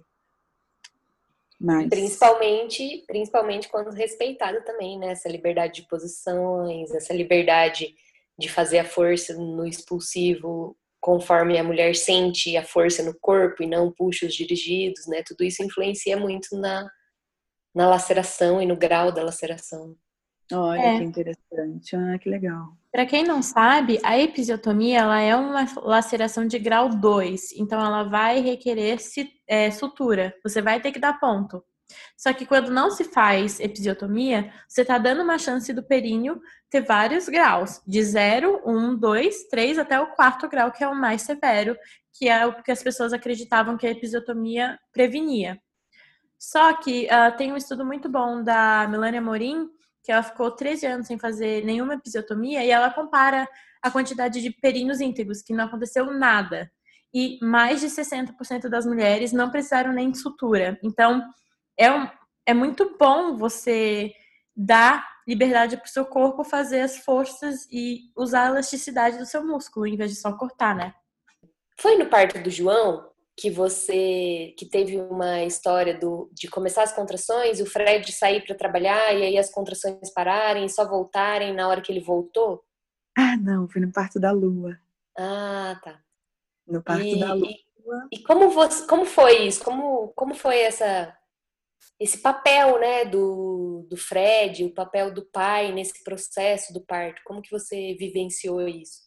Mas... Principalmente, principalmente quando respeitada também, né? Essa liberdade de posições, essa liberdade de fazer a força no expulsivo conforme a mulher sente a força no corpo e não puxa os dirigidos, né? Tudo isso influencia muito na, na laceração e no grau da laceração. Olha É. que interessante, ah, que legal. Para quem não sabe, a episiotomia ela é uma laceração de grau dois, então ela vai requerer é, sutura, você vai ter que dar ponto. Só que quando não se faz episiotomia, você está dando uma chance do períneo ter vários graus, de zero, um, dois, três até o quarto grau, que é o mais severo, que é o que as pessoas acreditavam que a episiotomia prevenia. Só que uh, tem um estudo muito bom da Melania Morim, que ela ficou treze anos sem fazer nenhuma episiotomia, e ela compara a quantidade de perinos íntegros, que não aconteceu nada. E mais de sessenta por cento das mulheres não precisaram nem de sutura. Então, é, um, é muito bom você dar liberdade para o seu corpo fazer as forças e usar a elasticidade do seu músculo, em vez de só cortar, né? Foi no parto do João que você que teve uma história do, de começar as contrações, o Fred sair para trabalhar e aí as contrações pararem e só voltarem na hora que ele voltou? Ah, não, foi no parto da Lua. Ah, tá. No parto E, da Lua. E, e como, você, como foi isso? Como, como foi essa, esse papel, né, do, do Fred, o papel do pai nesse processo do parto? Como que você vivenciou isso?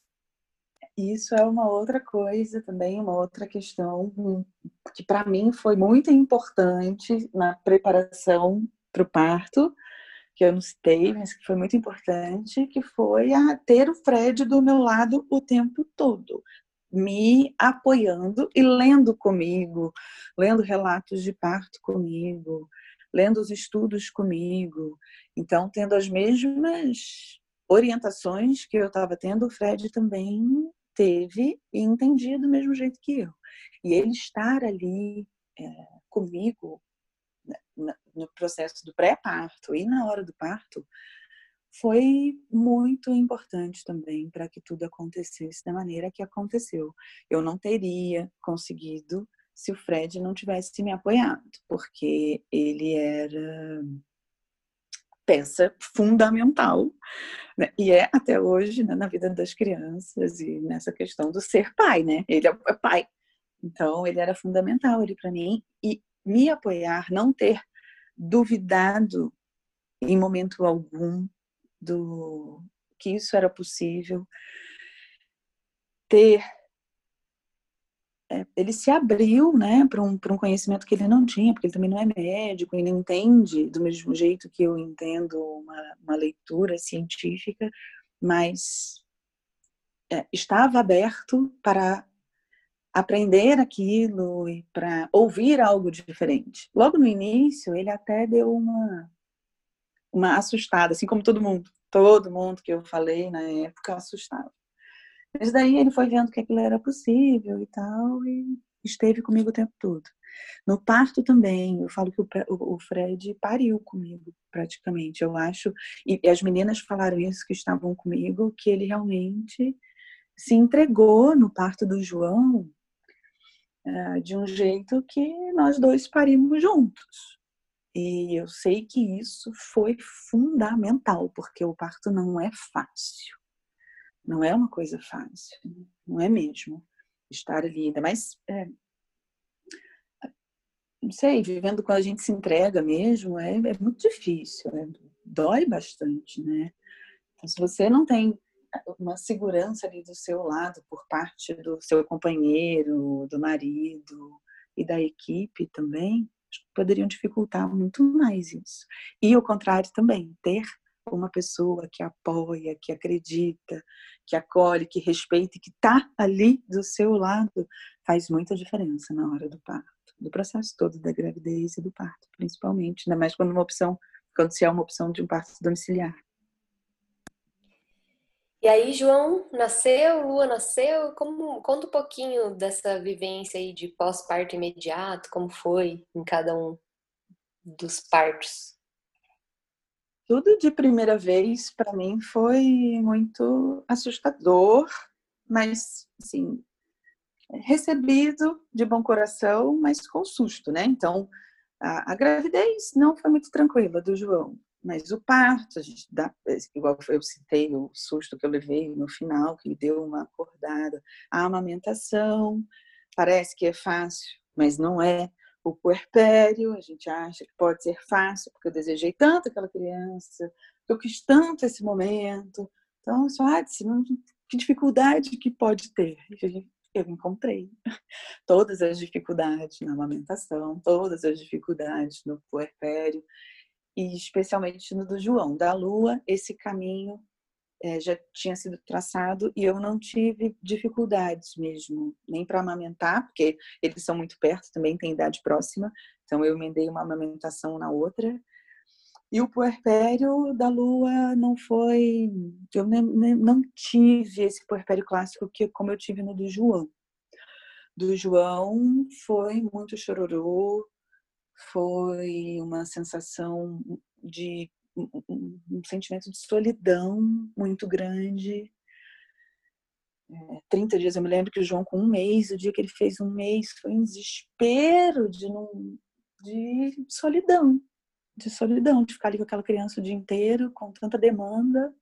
Isso é uma outra coisa também, uma outra questão que para mim foi muito importante na preparação para o parto, que eu não citei, mas que foi muito importante, que foi a ter o Fred do meu lado o tempo todo, me apoiando e lendo comigo, lendo relatos de parto comigo, lendo os estudos comigo. Então, tendo as mesmas orientações que eu estava tendo, o Fred também teve e entendia do mesmo jeito que eu. E ele estar ali é, comigo no processo do pré-parto e na hora do parto foi muito importante também para que tudo acontecesse da maneira que aconteceu. Eu não teria conseguido se o Fred não tivesse me apoiado, porque ele era peça fundamental, né? E é até hoje, né, na vida das crianças e nessa questão do ser pai, né? Ele é pai. Então, ele era fundamental ali para mim e me apoiar, não ter duvidado em momento algum do que isso era possível, ter é, ele se abriu, né, para um, para um conhecimento que ele não tinha, porque ele também não é médico, ele entende do mesmo jeito que eu entendo uma, uma leitura científica, mas é, estava aberto para aprender aquilo e para ouvir algo diferente. Logo no início, ele até deu uma, uma assustada, assim como todo mundo. Todo mundo que eu falei na época assustava. Mas daí ele foi vendo que aquilo era possível e tal, e esteve comigo o tempo todo. No parto também, eu falo que o Fred pariu comigo, praticamente, eu acho. E as meninas falaram isso que estavam comigo, que ele realmente se entregou no parto do João de um jeito que nós dois parimos juntos. E eu sei que isso foi fundamental, porque o parto não é fácil. Não é uma coisa fácil, não é mesmo. Estar ali, ainda mais, é, não sei, vivendo quando a gente se entrega mesmo, é, é muito difícil, é, dói bastante, né? Então, se você não tem uma segurança ali do seu lado por parte do seu companheiro, do marido e da equipe também, poderiam dificultar muito mais isso. E o contrário também, ter uma pessoa que apoia, que acredita, que acolhe, que respeita e que está ali do seu lado, faz muita diferença na hora do parto, do processo todo da gravidez e do parto, principalmente, ainda mais quando uma opção, quando se é uma opção de um parto domiciliar. E aí, João nasceu, Lua nasceu, como, conta um pouquinho dessa vivência aí de pós-parto imediato, como foi em cada um dos partos. Tudo de primeira vez, para mim, foi muito assustador, mas, assim, recebido de bom coração, mas com susto, né? Então, a, a gravidez não foi muito tranquila do João, mas o parto, a gente dá, igual eu citei o susto que eu levei no final, que ele deu uma acordada, a amamentação, parece que é fácil, mas não é. O puerpério, a gente acha que pode ser fácil, porque eu desejei tanto aquela criança, eu quis tanto esse momento. Então, só, ah, que dificuldade que pode ter? Eu encontrei todas as dificuldades na amamentação, todas as dificuldades no puerpério, e especialmente no do João. Da Lua, esse caminho é, já tinha sido traçado e eu não tive dificuldades mesmo, nem para amamentar, porque eles são muito perto, também têm idade próxima, então eu emendei uma amamentação na outra. E o puerpério da Lua não foi... Eu nem, nem, não tive esse puerpério clássico que, como eu tive no do João. Do João foi muito chororô, foi uma sensação de um, um sentimento de solidão muito grande. É, trinta dias, eu me lembro que o João com um mês, o dia que ele fez um mês, foi um desespero de, não, de solidão, de solidão, de ficar ali com aquela criança o dia inteiro, com tanta demanda.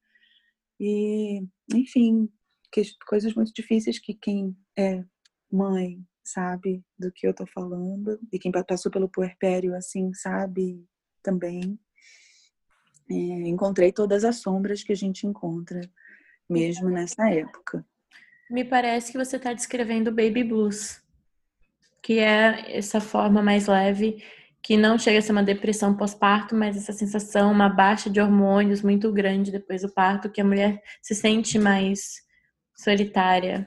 E, enfim, que, coisas muito difíceis que quem é mãe sabe do que eu tô falando, e quem passou pelo puerpério assim sabe também. É, encontrei todas as sombras que a gente encontra mesmo nessa época. Me parece que você está descrevendo o baby blues, que é essa forma mais leve, que não chega a ser uma depressão pós-parto, mas essa sensação, uma baixa de hormônios muito grande depois do parto, que a mulher se sente mais solitária.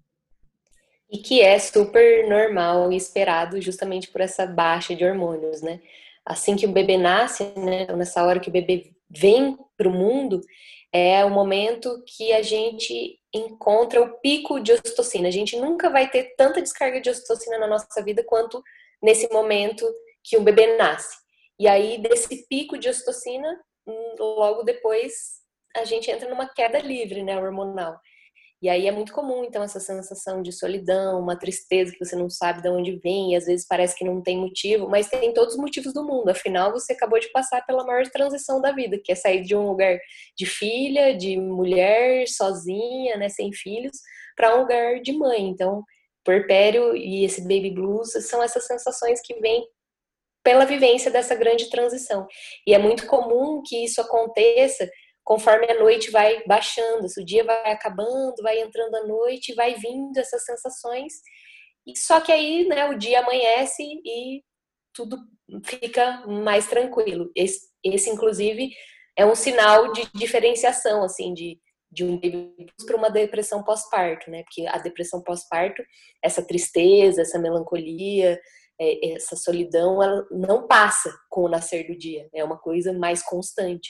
E que é super normal e esperado justamente por essa baixa de hormônios, né? Assim que o bebê nasce, né, nessa hora que o bebê vem para o mundo, é o momento que a gente encontra o pico de ocitocina. A gente nunca vai ter tanta descarga de ocitocina na nossa vida quanto nesse momento que um bebê nasce. E aí, desse pico de ocitocina, logo depois, a gente entra numa queda livre, né, hormonal. E aí é muito comum, então, essa sensação de solidão, uma tristeza que você não sabe de onde vem, e às vezes parece que não tem motivo, mas tem todos os motivos do mundo. Afinal, você acabou de passar pela maior transição da vida, que é sair de um lugar de filha, de mulher, sozinha, né, sem filhos, para um lugar de mãe. Então, puerpério e esse baby blues são essas sensações que vêm pela vivência dessa grande transição. E é muito comum que isso aconteça conforme a noite vai baixando, se o dia vai acabando, vai entrando a noite, vai vindo essas sensações, e só que aí, né, o dia amanhece e tudo fica mais tranquilo. Esse, esse inclusive, é um sinal de diferenciação, assim, de, de um baby blues para uma depressão pós-parto, né, porque a depressão pós-parto, essa tristeza, essa melancolia, essa solidão, ela não passa com o nascer do dia, é uma coisa mais constante.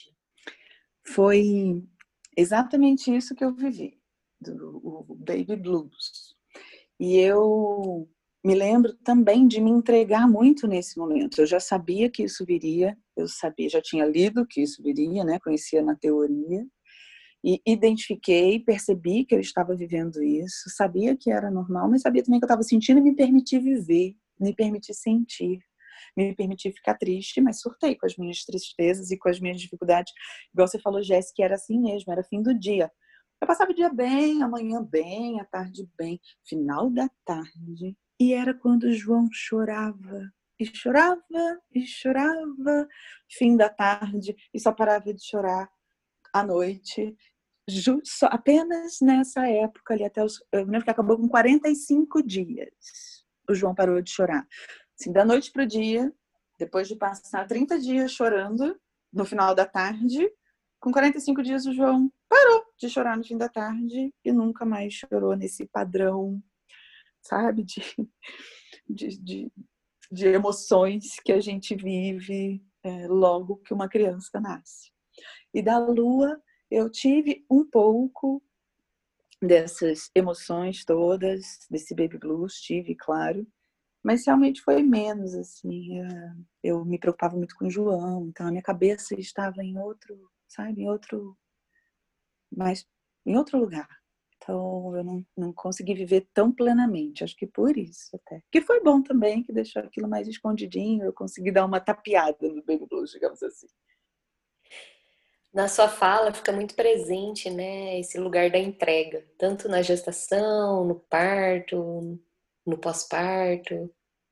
Foi exatamente isso que eu vivi, do, o baby blues. E eu me lembro também de me entregar muito nesse momento. Eu já sabia que isso viria, eu sabia, já tinha lido que isso viria, né? Conhecia na teoria, e identifiquei, percebi que eu estava vivendo isso, sabia que era normal, mas sabia também que eu estava sentindo e me permiti viver, me permiti sentir. Me permiti ficar triste, mas surtei com as minhas tristezas e com as minhas dificuldades. Igual você falou, Jéssica, era assim mesmo, era fim do dia. Eu passava o dia bem, a manhã bem, a tarde bem, final da tarde. E era quando o João chorava. E chorava, e chorava. Fim da tarde, e só parava de chorar à noite. Só, apenas nessa época ali, até os, eu me lembro que acabou com quarenta e cinco dias. O João parou de chorar. Assim, da noite para o dia, depois de passar trinta dias chorando, no final da tarde, com quarenta e cinco dias o João parou de chorar no fim da tarde e nunca mais chorou nesse padrão, sabe, de, de, de, de emoções que a gente vive é, logo que uma criança nasce. E da Lua, eu tive um pouco dessas emoções todas, desse baby blues, tive, claro, mas realmente foi menos, assim, eu me preocupava muito com o João, então a minha cabeça estava em outro, sabe, em outro, mas em outro lugar. Então eu não, não consegui viver tão plenamente, acho que por isso até. Que foi bom também, que deixou aquilo mais escondidinho, eu consegui dar uma tapeada no baby blues, digamos assim. Na sua fala fica muito presente, né, esse lugar da entrega, tanto na gestação, no parto, no pós-parto,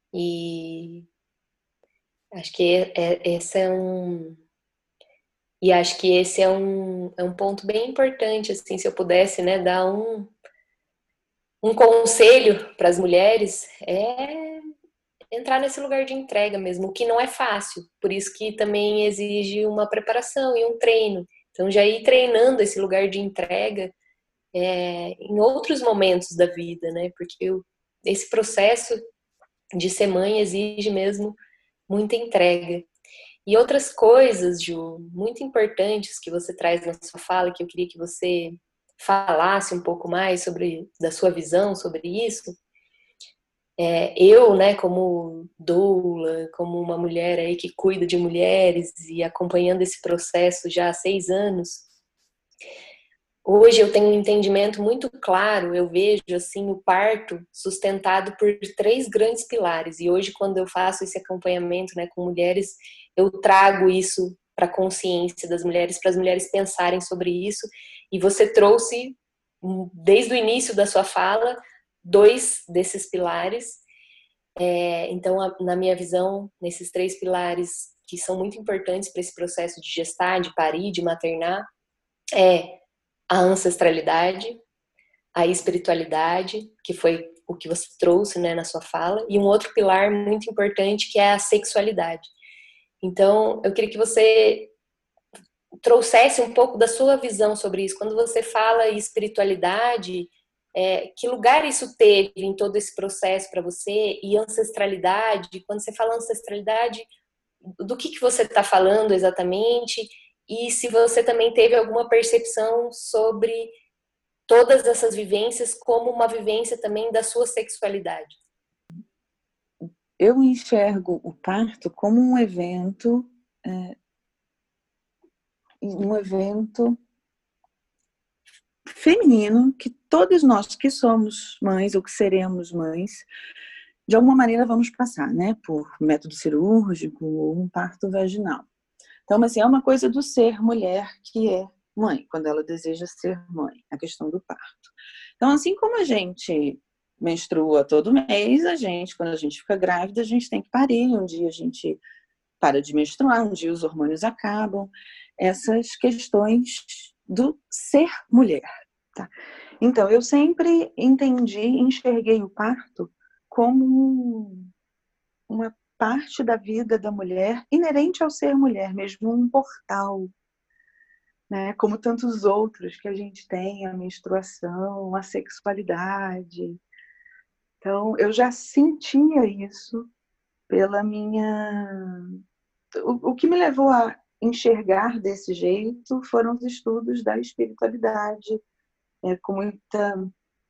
e acho que é, é, esse é um e acho que esse é um, é um ponto bem importante, assim, se eu pudesse, né, dar um um conselho para as mulheres, é entrar nesse lugar de entrega mesmo, o que não é fácil, por isso que também exige uma preparação e um treino. Então já ir treinando esse lugar de entrega é, em outros momentos da vida, né? Porque eu, esse processo de ser mãe exige mesmo muita entrega. E outras coisas, Ju, muito importantes que você traz na sua fala, que eu queria que você falasse um pouco mais sobre da sua visão sobre isso. É, eu, né, como doula, como uma mulher aí que cuida de mulheres e acompanhando esse processo já há seis anos, hoje eu tenho um entendimento muito claro, eu vejo assim o parto sustentado por três grandes pilares, e hoje quando eu faço esse acompanhamento, né, com mulheres, eu trago isso para a consciência das mulheres, para as mulheres pensarem sobre isso, e você trouxe, desde o início da sua fala, dois desses pilares. É, então, na minha visão, nesses três pilares que são muito importantes para esse processo de gestar, de parir, de maternar, é a ancestralidade, a espiritualidade, que foi o que você trouxe, né, na sua fala, e um outro pilar muito importante que é a sexualidade. Então, eu queria que você trouxesse um pouco da sua visão sobre isso. Quando você fala em espiritualidade, é, que lugar isso teve em todo esse processo para você? E ancestralidade, quando você fala ancestralidade, do que, que você está falando exatamente? E se você também teve alguma percepção sobre todas essas vivências como uma vivência também da sua sexualidade? Eu enxergo o parto como um evento, é, um evento feminino que todos nós que somos mães ou que seremos mães, de alguma maneira vamos passar, né? Por método cirúrgico ou um parto vaginal. Então, assim, é uma coisa do ser mulher que é mãe, quando ela deseja ser mãe, a questão do parto. Então, assim como a gente menstrua todo mês, a gente, quando a gente fica grávida, a gente tem que parir, um dia a gente para de menstruar, um dia os hormônios acabam, essas questões do ser mulher. Tá? Então, eu sempre entendi, enxerguei o parto como uma parte da vida da mulher, inerente ao ser mulher mesmo, um portal, né? Como tantos outros que a gente tem, a menstruação, a sexualidade. Então, eu já sentia isso pela minha... O, o que me levou a enxergar desse jeito foram os estudos da espiritualidade, é, com muita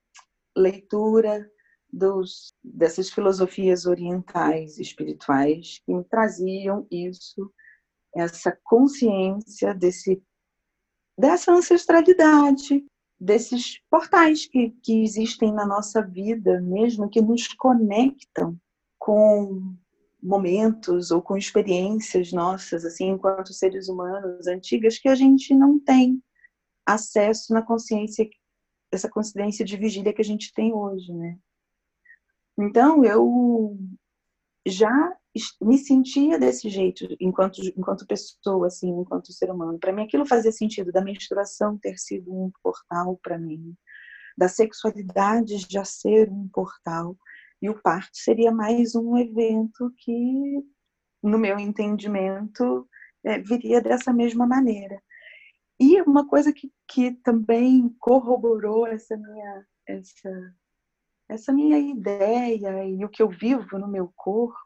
leitura dos, dessas filosofias orientais espirituais que me traziam isso, essa consciência desse, dessa ancestralidade, desses portais que, que existem na nossa vida mesmo, que nos conectam com momentos ou com experiências nossas, assim, enquanto seres humanos antigas, que a gente não tem acesso na consciência, essa consciência de vigília que a gente tem hoje, né? Então, eu já me sentia desse jeito, enquanto, enquanto pessoa, assim, enquanto ser humano. Para mim, aquilo fazia sentido, da menstruação ter sido um portal para mim, da sexualidade já ser um portal, e o parto seria mais um evento que, no meu entendimento, é, viria dessa mesma maneira. E uma coisa que, que também corroborou essa minha, essa, essa minha ideia e o que eu vivo no meu corpo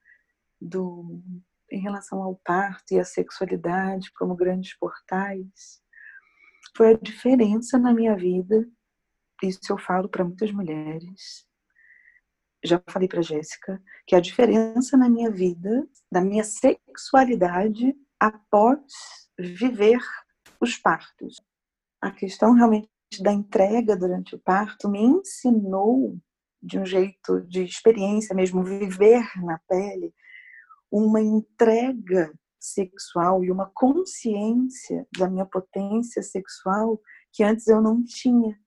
do, em relação ao parto e à sexualidade como grandes portais foi a diferença na minha vida. Isso eu falo para muitas mulheres. Já falei para Jéssica que a diferença na minha vida, da minha sexualidade após viver os partos. A questão realmente da entrega durante o parto me ensinou, de um jeito de experiência mesmo, viver na pele, uma entrega sexual e uma consciência da minha potência sexual que antes eu não tinha.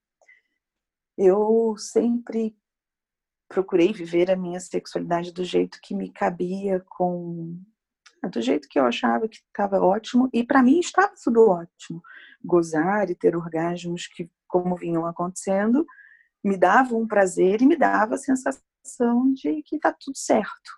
Eu sempre procurei viver a minha sexualidade do jeito que me cabia, com do jeito que eu achava que estava ótimo, e para mim estava tudo ótimo. Gozar e ter orgasmos que, como vinham acontecendo, me davam um prazer e me dava a sensação de que está tudo certo.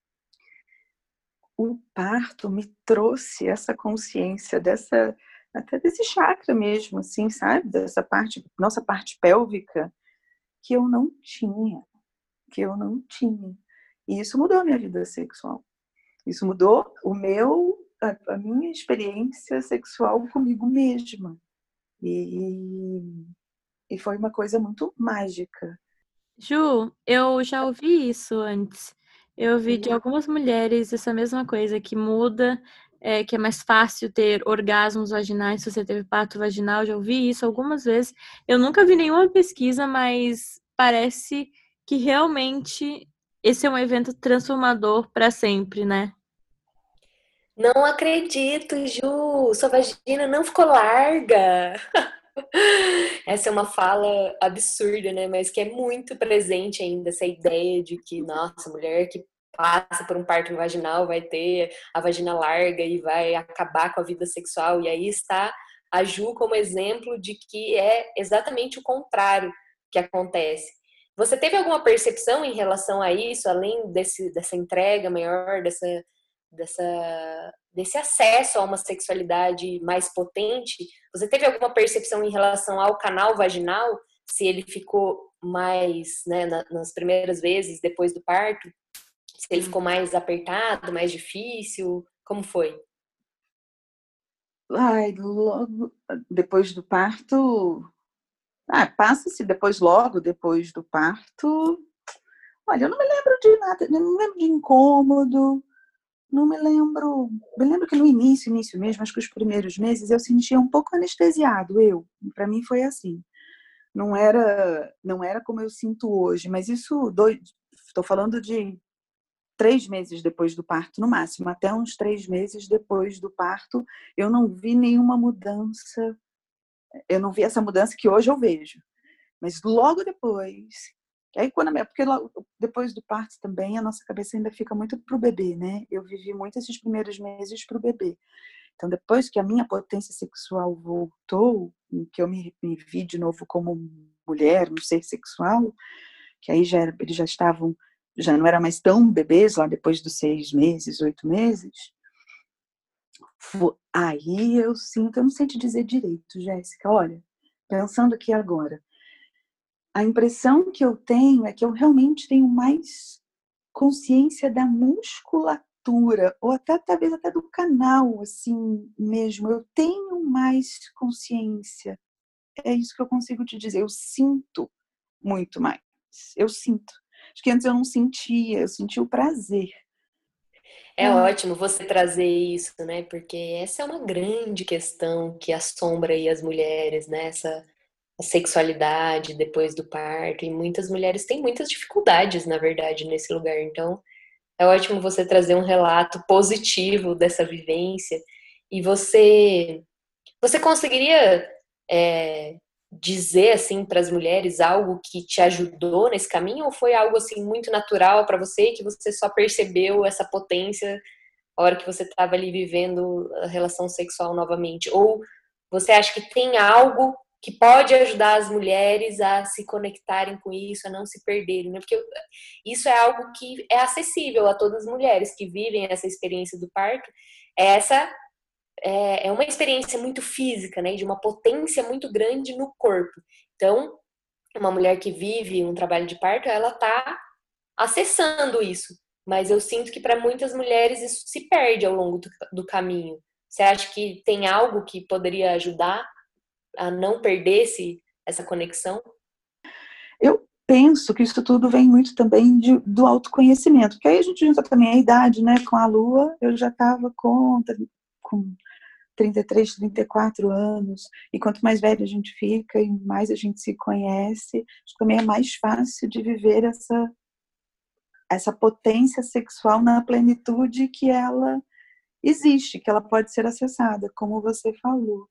O parto me trouxe essa consciência dessa, até desse chakra mesmo, assim, sabe? Dessa parte, nossa parte pélvica, que eu não tinha, que eu não tinha. E isso mudou a minha vida sexual. Isso mudou o meu, a, a minha experiência sexual comigo mesma. E, e foi uma coisa muito mágica. Ju, eu já ouvi isso antes. Eu ouvi de algumas mulheres essa mesma coisa, que muda, é, que é mais fácil ter orgasmos vaginais se você teve parto vaginal. Já ouvi isso algumas vezes. Eu nunca vi nenhuma pesquisa, mas parece que realmente esse é um evento transformador para sempre, né? Não acredito, Ju! Sua vagina não ficou larga! Essa é uma fala absurda, né? Mas que é muito presente ainda, essa ideia de que, nossa, mulher que passa por um parto vaginal vai ter a vagina larga e vai acabar com a vida sexual. E aí está a Ju como exemplo de que é exatamente o contrário que acontece. Você teve alguma percepção em relação a isso, além desse, dessa entrega maior, dessa, dessa, desse acesso a uma sexualidade mais potente? Você teve alguma percepção em relação ao canal vaginal? Se ele ficou mais, né, nas primeiras vezes depois do parto? Se ele ficou mais apertado, mais difícil? Como foi? Ai, logo depois do parto, Ah, passa-se depois, logo depois do parto. Olha, eu não me lembro de nada, não me lembro de incômodo, não me lembro. Me lembro que no início, início mesmo, acho que os primeiros meses eu sentia um pouco anestesiado, eu. Para mim foi assim. Não era, não era como eu sinto hoje, mas isso, dois, estou falando de três meses depois do parto, no máximo, até uns três meses depois do parto, eu não vi nenhuma mudança, eu não vi essa mudança que hoje eu vejo. Mas logo depois, aí quando, porque logo, depois do parto também a nossa cabeça ainda fica muito pro bebê, né? Eu vivi muito esses primeiros meses pro bebê. Então depois que a minha potência sexual voltou, que eu me, me vi de novo como mulher, um ser sexual, que aí já, eles já estavam, já não era mais tão bebês lá depois dos seis meses, oito meses. Aí eu sinto, eu não sei te dizer direito, Jéssica, olha, pensando aqui agora, a impressão que eu tenho é que eu realmente tenho mais consciência da musculatura, ou até talvez até do canal, assim mesmo. Eu tenho mais consciência. É isso que eu consigo te dizer. Eu sinto muito mais. Eu sinto. Acho que antes eu não sentia, eu sentia o prazer. É ótimo você trazer isso, né? Porque essa é uma grande questão que assombra aí as mulheres, né? Essa a sexualidade depois do parto. E muitas mulheres têm muitas dificuldades, na verdade, nesse lugar. Então, é ótimo você trazer um relato positivo dessa vivência. E você, você conseguiria é, dizer assim para as mulheres algo que te ajudou nesse caminho, ou foi algo assim muito natural para você que você só percebeu essa potência a hora que você estava ali vivendo a relação sexual novamente? Ou você acha que tem algo que pode ajudar as mulheres a se conectarem com isso, a não se perderem, né? Porque isso é algo que é acessível a todas as mulheres que vivem essa experiência do parto. Essa é, é uma experiência muito física, né? De uma potência muito grande no corpo. Então, uma mulher que vive um trabalho de parto, ela está acessando isso. Mas eu sinto que para muitas mulheres isso se perde ao longo do, do caminho. Você acha que tem algo que poderia ajudar a não perder esse, essa conexão? Eu penso que isso tudo vem muito também de, do autoconhecimento, porque aí a gente junta também a idade, né? Com a Lua, eu já estava com, com trinta e três, trinta e quatro anos, e quanto mais velha a gente fica e mais a gente se conhece, também é mais fácil de viver essa, essa potência sexual na plenitude que ela existe, que ela pode ser acessada, como você falou.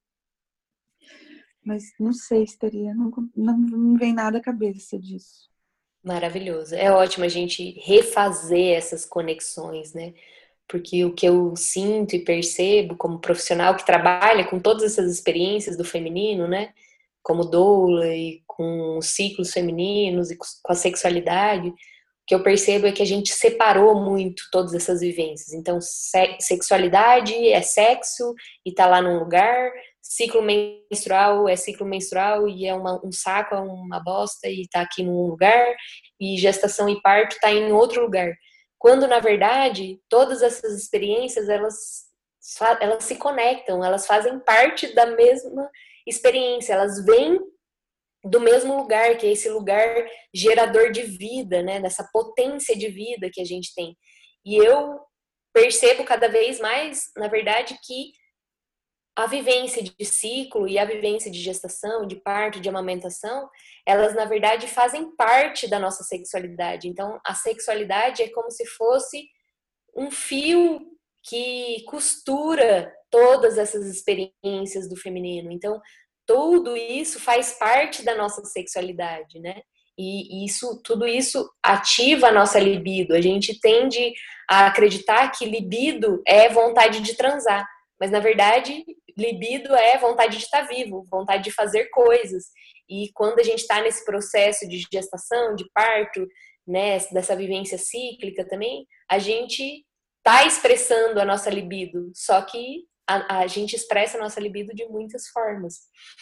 Mas não sei se teria, não, não me vem nada à cabeça disso. Maravilhoso. É ótimo a gente refazer essas conexões, né? Porque o que eu sinto e percebo como profissional que trabalha com todas essas experiências do feminino, né? Como doula e com os ciclos femininos e com a sexualidade, o que eu percebo é que a gente separou muito todas essas vivências. Então, sexualidade é sexo e tá lá num lugar, ciclo menstrual é ciclo menstrual e é uma, um saco, é uma bosta e tá aqui num lugar, e gestação e parto tá em outro lugar. Quando, na verdade, todas essas experiências, elas, elas se conectam, elas fazem parte da mesma experiência, elas vêm do mesmo lugar, que é esse lugar gerador de vida, né? Dessa potência de vida que a gente tem. E eu percebo cada vez mais, na verdade, que a vivência de ciclo e a vivência de gestação, de parto, de amamentação, elas, na verdade, fazem parte da nossa sexualidade. Então, a sexualidade é como se fosse um fio que costura todas essas experiências do feminino. Então, tudo isso faz parte da nossa sexualidade, né? E isso, tudo isso ativa a nossa libido. A gente tende a acreditar que libido é vontade de transar, mas na verdade, libido é vontade de estar vivo, vontade de fazer coisas. E quando a gente está nesse processo de gestação, de parto, né, dessa vivência cíclica também, a gente está expressando a nossa libido, só que a, a gente expressa a nossa libido de muitas formas.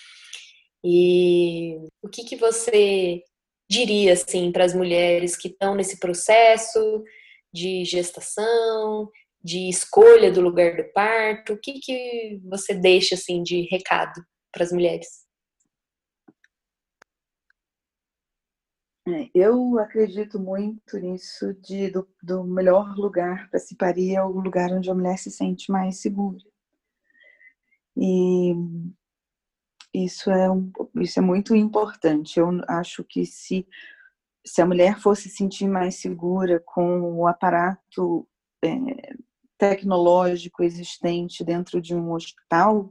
E o que, que você diria assim para as mulheres que estão nesse processo de gestação, de escolha do lugar do parto? O que, que você deixa assim de recado para as mulheres? É, eu acredito muito nisso de, do, do melhor lugar para se parir é o lugar onde a mulher se sente mais segura. E isso é, um, isso é muito importante. Eu acho que se, se a mulher fosse se sentir mais segura com o aparato é, tecnológico existente dentro de um hospital,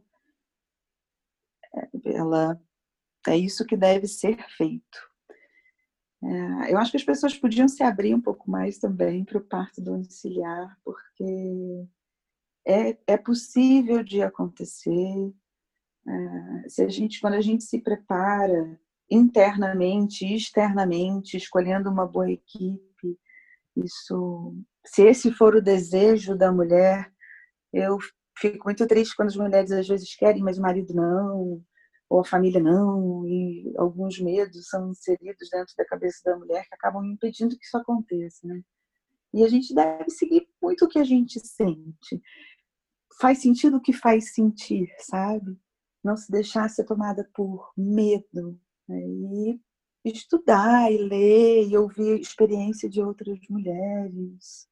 ela, é isso que deve ser feito. É, eu acho que as pessoas podiam se abrir um pouco mais também para o parto domiciliar, porque é, é possível de acontecer. É, se a gente, quando a gente se prepara internamente e externamente, escolhendo uma boa equipe, isso, se esse for o desejo da mulher, eu fico muito triste quando as mulheres às vezes querem, mas o marido não, ou a família não, e alguns medos são inseridos dentro da cabeça da mulher que acabam impedindo que isso aconteça, né? E a gente deve seguir muito o que a gente sente. Faz sentido o que faz sentir, sabe? Não se deixar ser tomada por medo, né? E estudar e ler e ouvir a experiência de outras mulheres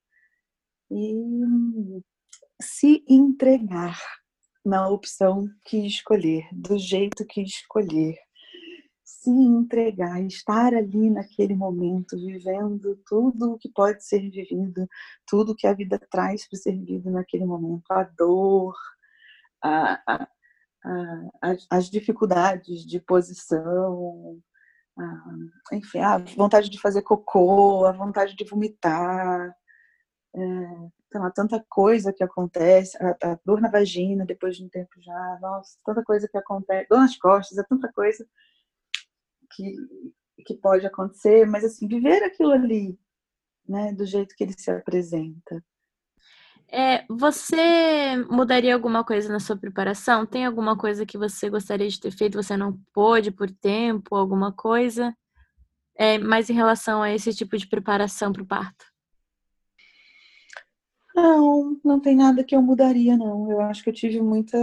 e se entregar na opção que escolher, do jeito que escolher, se entregar, estar ali naquele momento, vivendo tudo o que pode ser vivido, tudo que a vida traz para ser vivido naquele momento, a dor, a, a, a, as, as dificuldades de posição, a, enfim, a vontade de fazer cocô, a vontade de vomitar, é, sei lá, tanta coisa que acontece, a, a dor na vagina depois de um tempo já, nossa, tanta coisa que acontece, dor nas costas, é tanta coisa que, que pode acontecer, mas assim, viver aquilo ali, né, do jeito que ele se apresenta. É, você mudaria alguma coisa na sua preparação? Tem alguma coisa que você gostaria de ter feito, você não pôde por tempo, alguma coisa? É, mas em relação a esse tipo de preparação para o parto? Não, não tem nada que eu mudaria, não. Eu acho que eu tive muita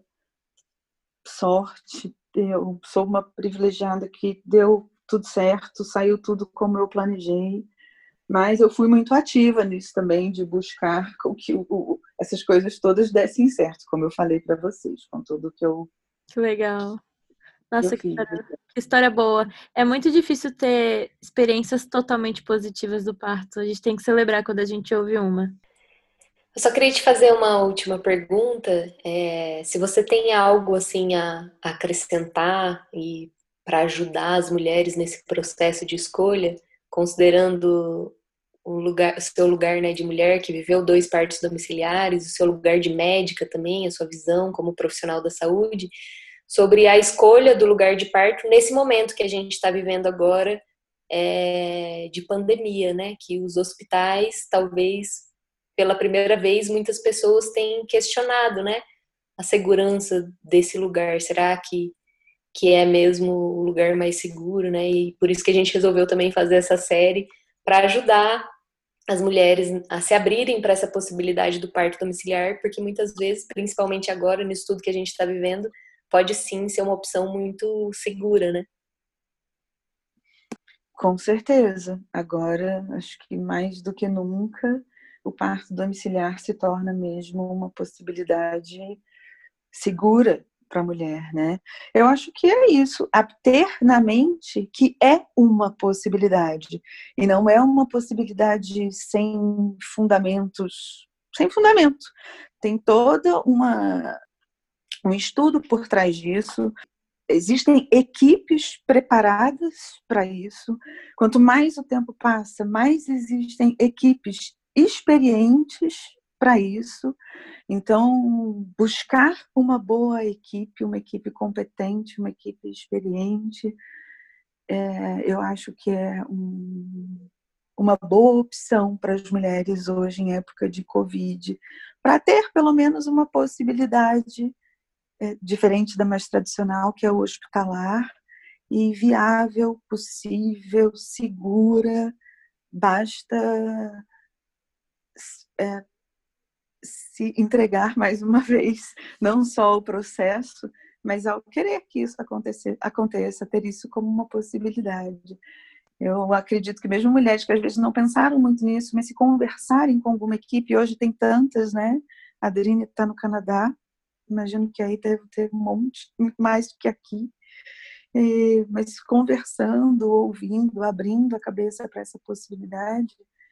sorte. Eu sou uma privilegiada que deu tudo certo, saiu tudo como eu planejei. Mas eu fui muito ativa nisso também, de buscar com que o, o, essas coisas todas dessem certo, como eu falei para vocês, com tudo que eu, Que legal. que eu Nossa, que fiz. história, que história boa. É muito difícil ter experiências totalmente positivas do parto. A gente tem que celebrar quando a gente ouve uma. Eu só queria te fazer uma última pergunta. É, se você tem algo assim a, a acrescentar e para ajudar as mulheres nesse processo de escolha, considerando o lugar, o seu lugar, né, de mulher que viveu dois partos domiciliares, o seu lugar de médica também, a sua visão como profissional da saúde, sobre a escolha do lugar de parto nesse momento que a gente está vivendo agora, é, de pandemia, né? Que os hospitais, talvez, pela primeira vez, muitas pessoas têm questionado, né? A segurança desse lugar. Será que, que é mesmo o lugar mais seguro, né? E por isso que a gente resolveu também fazer essa série para ajudar as mulheres a se abrirem para essa possibilidade do parto domiciliar, porque muitas vezes, principalmente agora, no estudo que a gente está vivendo, pode sim ser uma opção muito segura, né? Com certeza. Agora, acho que mais do que nunca, o parto domiciliar se torna mesmo uma possibilidade segura para a mulher, né? Eu acho que é isso, a ter na mente que é uma possibilidade e não é uma possibilidade sem fundamentos, sem fundamento. Tem toda uma um estudo por trás disso. Existem equipes preparadas para isso. Quanto mais o tempo passa, mais existem equipes experientes para isso. Então, buscar uma boa equipe, uma equipe competente, uma equipe experiente, é, eu acho que é um, uma boa opção para as mulheres hoje em época de Covid, para ter pelo menos uma possibilidade é, diferente da mais tradicional, que é o hospitalar, e viável, possível, segura, basta é, se entregar mais uma vez, não só o processo, mas ao querer que isso aconteça, aconteça, ter isso como uma possibilidade. Eu acredito que mesmo mulheres que às vezes não pensaram muito nisso, mas se conversarem com alguma equipe, hoje tem tantas, né? A Adriane está no Canadá, imagino que aí deve ter um monte, muito mais do que aqui. E, mas conversando, ouvindo, abrindo a cabeça para essa possibilidade,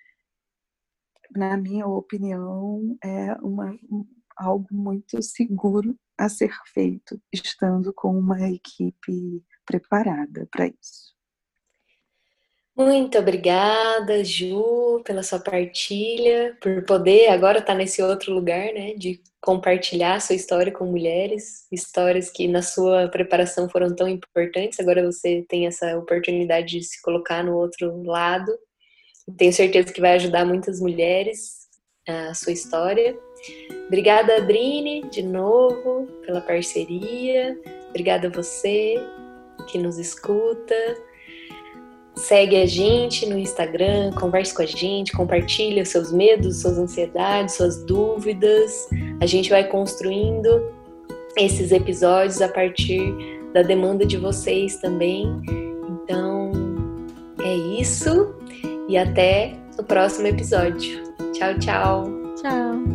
na minha opinião, é uma, um, algo muito seguro a ser feito, estando com uma equipe preparada para isso. Muito obrigada, Ju, pela sua partilha, por poder agora estar nesse outro lugar, né, de compartilhar sua história com mulheres, histórias que na sua preparação foram tão importantes, agora você tem essa oportunidade de se colocar no outro lado. Tenho certeza que vai ajudar muitas mulheres a sua história. Obrigada, Adriane, de novo, pela parceria. Obrigada a você que nos escuta. Segue a gente no Instagram, converse com a gente, compartilha seus medos, suas ansiedades, suas dúvidas. A gente vai construindo esses episódios a partir da demanda de vocês também. Então, é isso. E até o próximo episódio. Tchau, tchau. Tchau.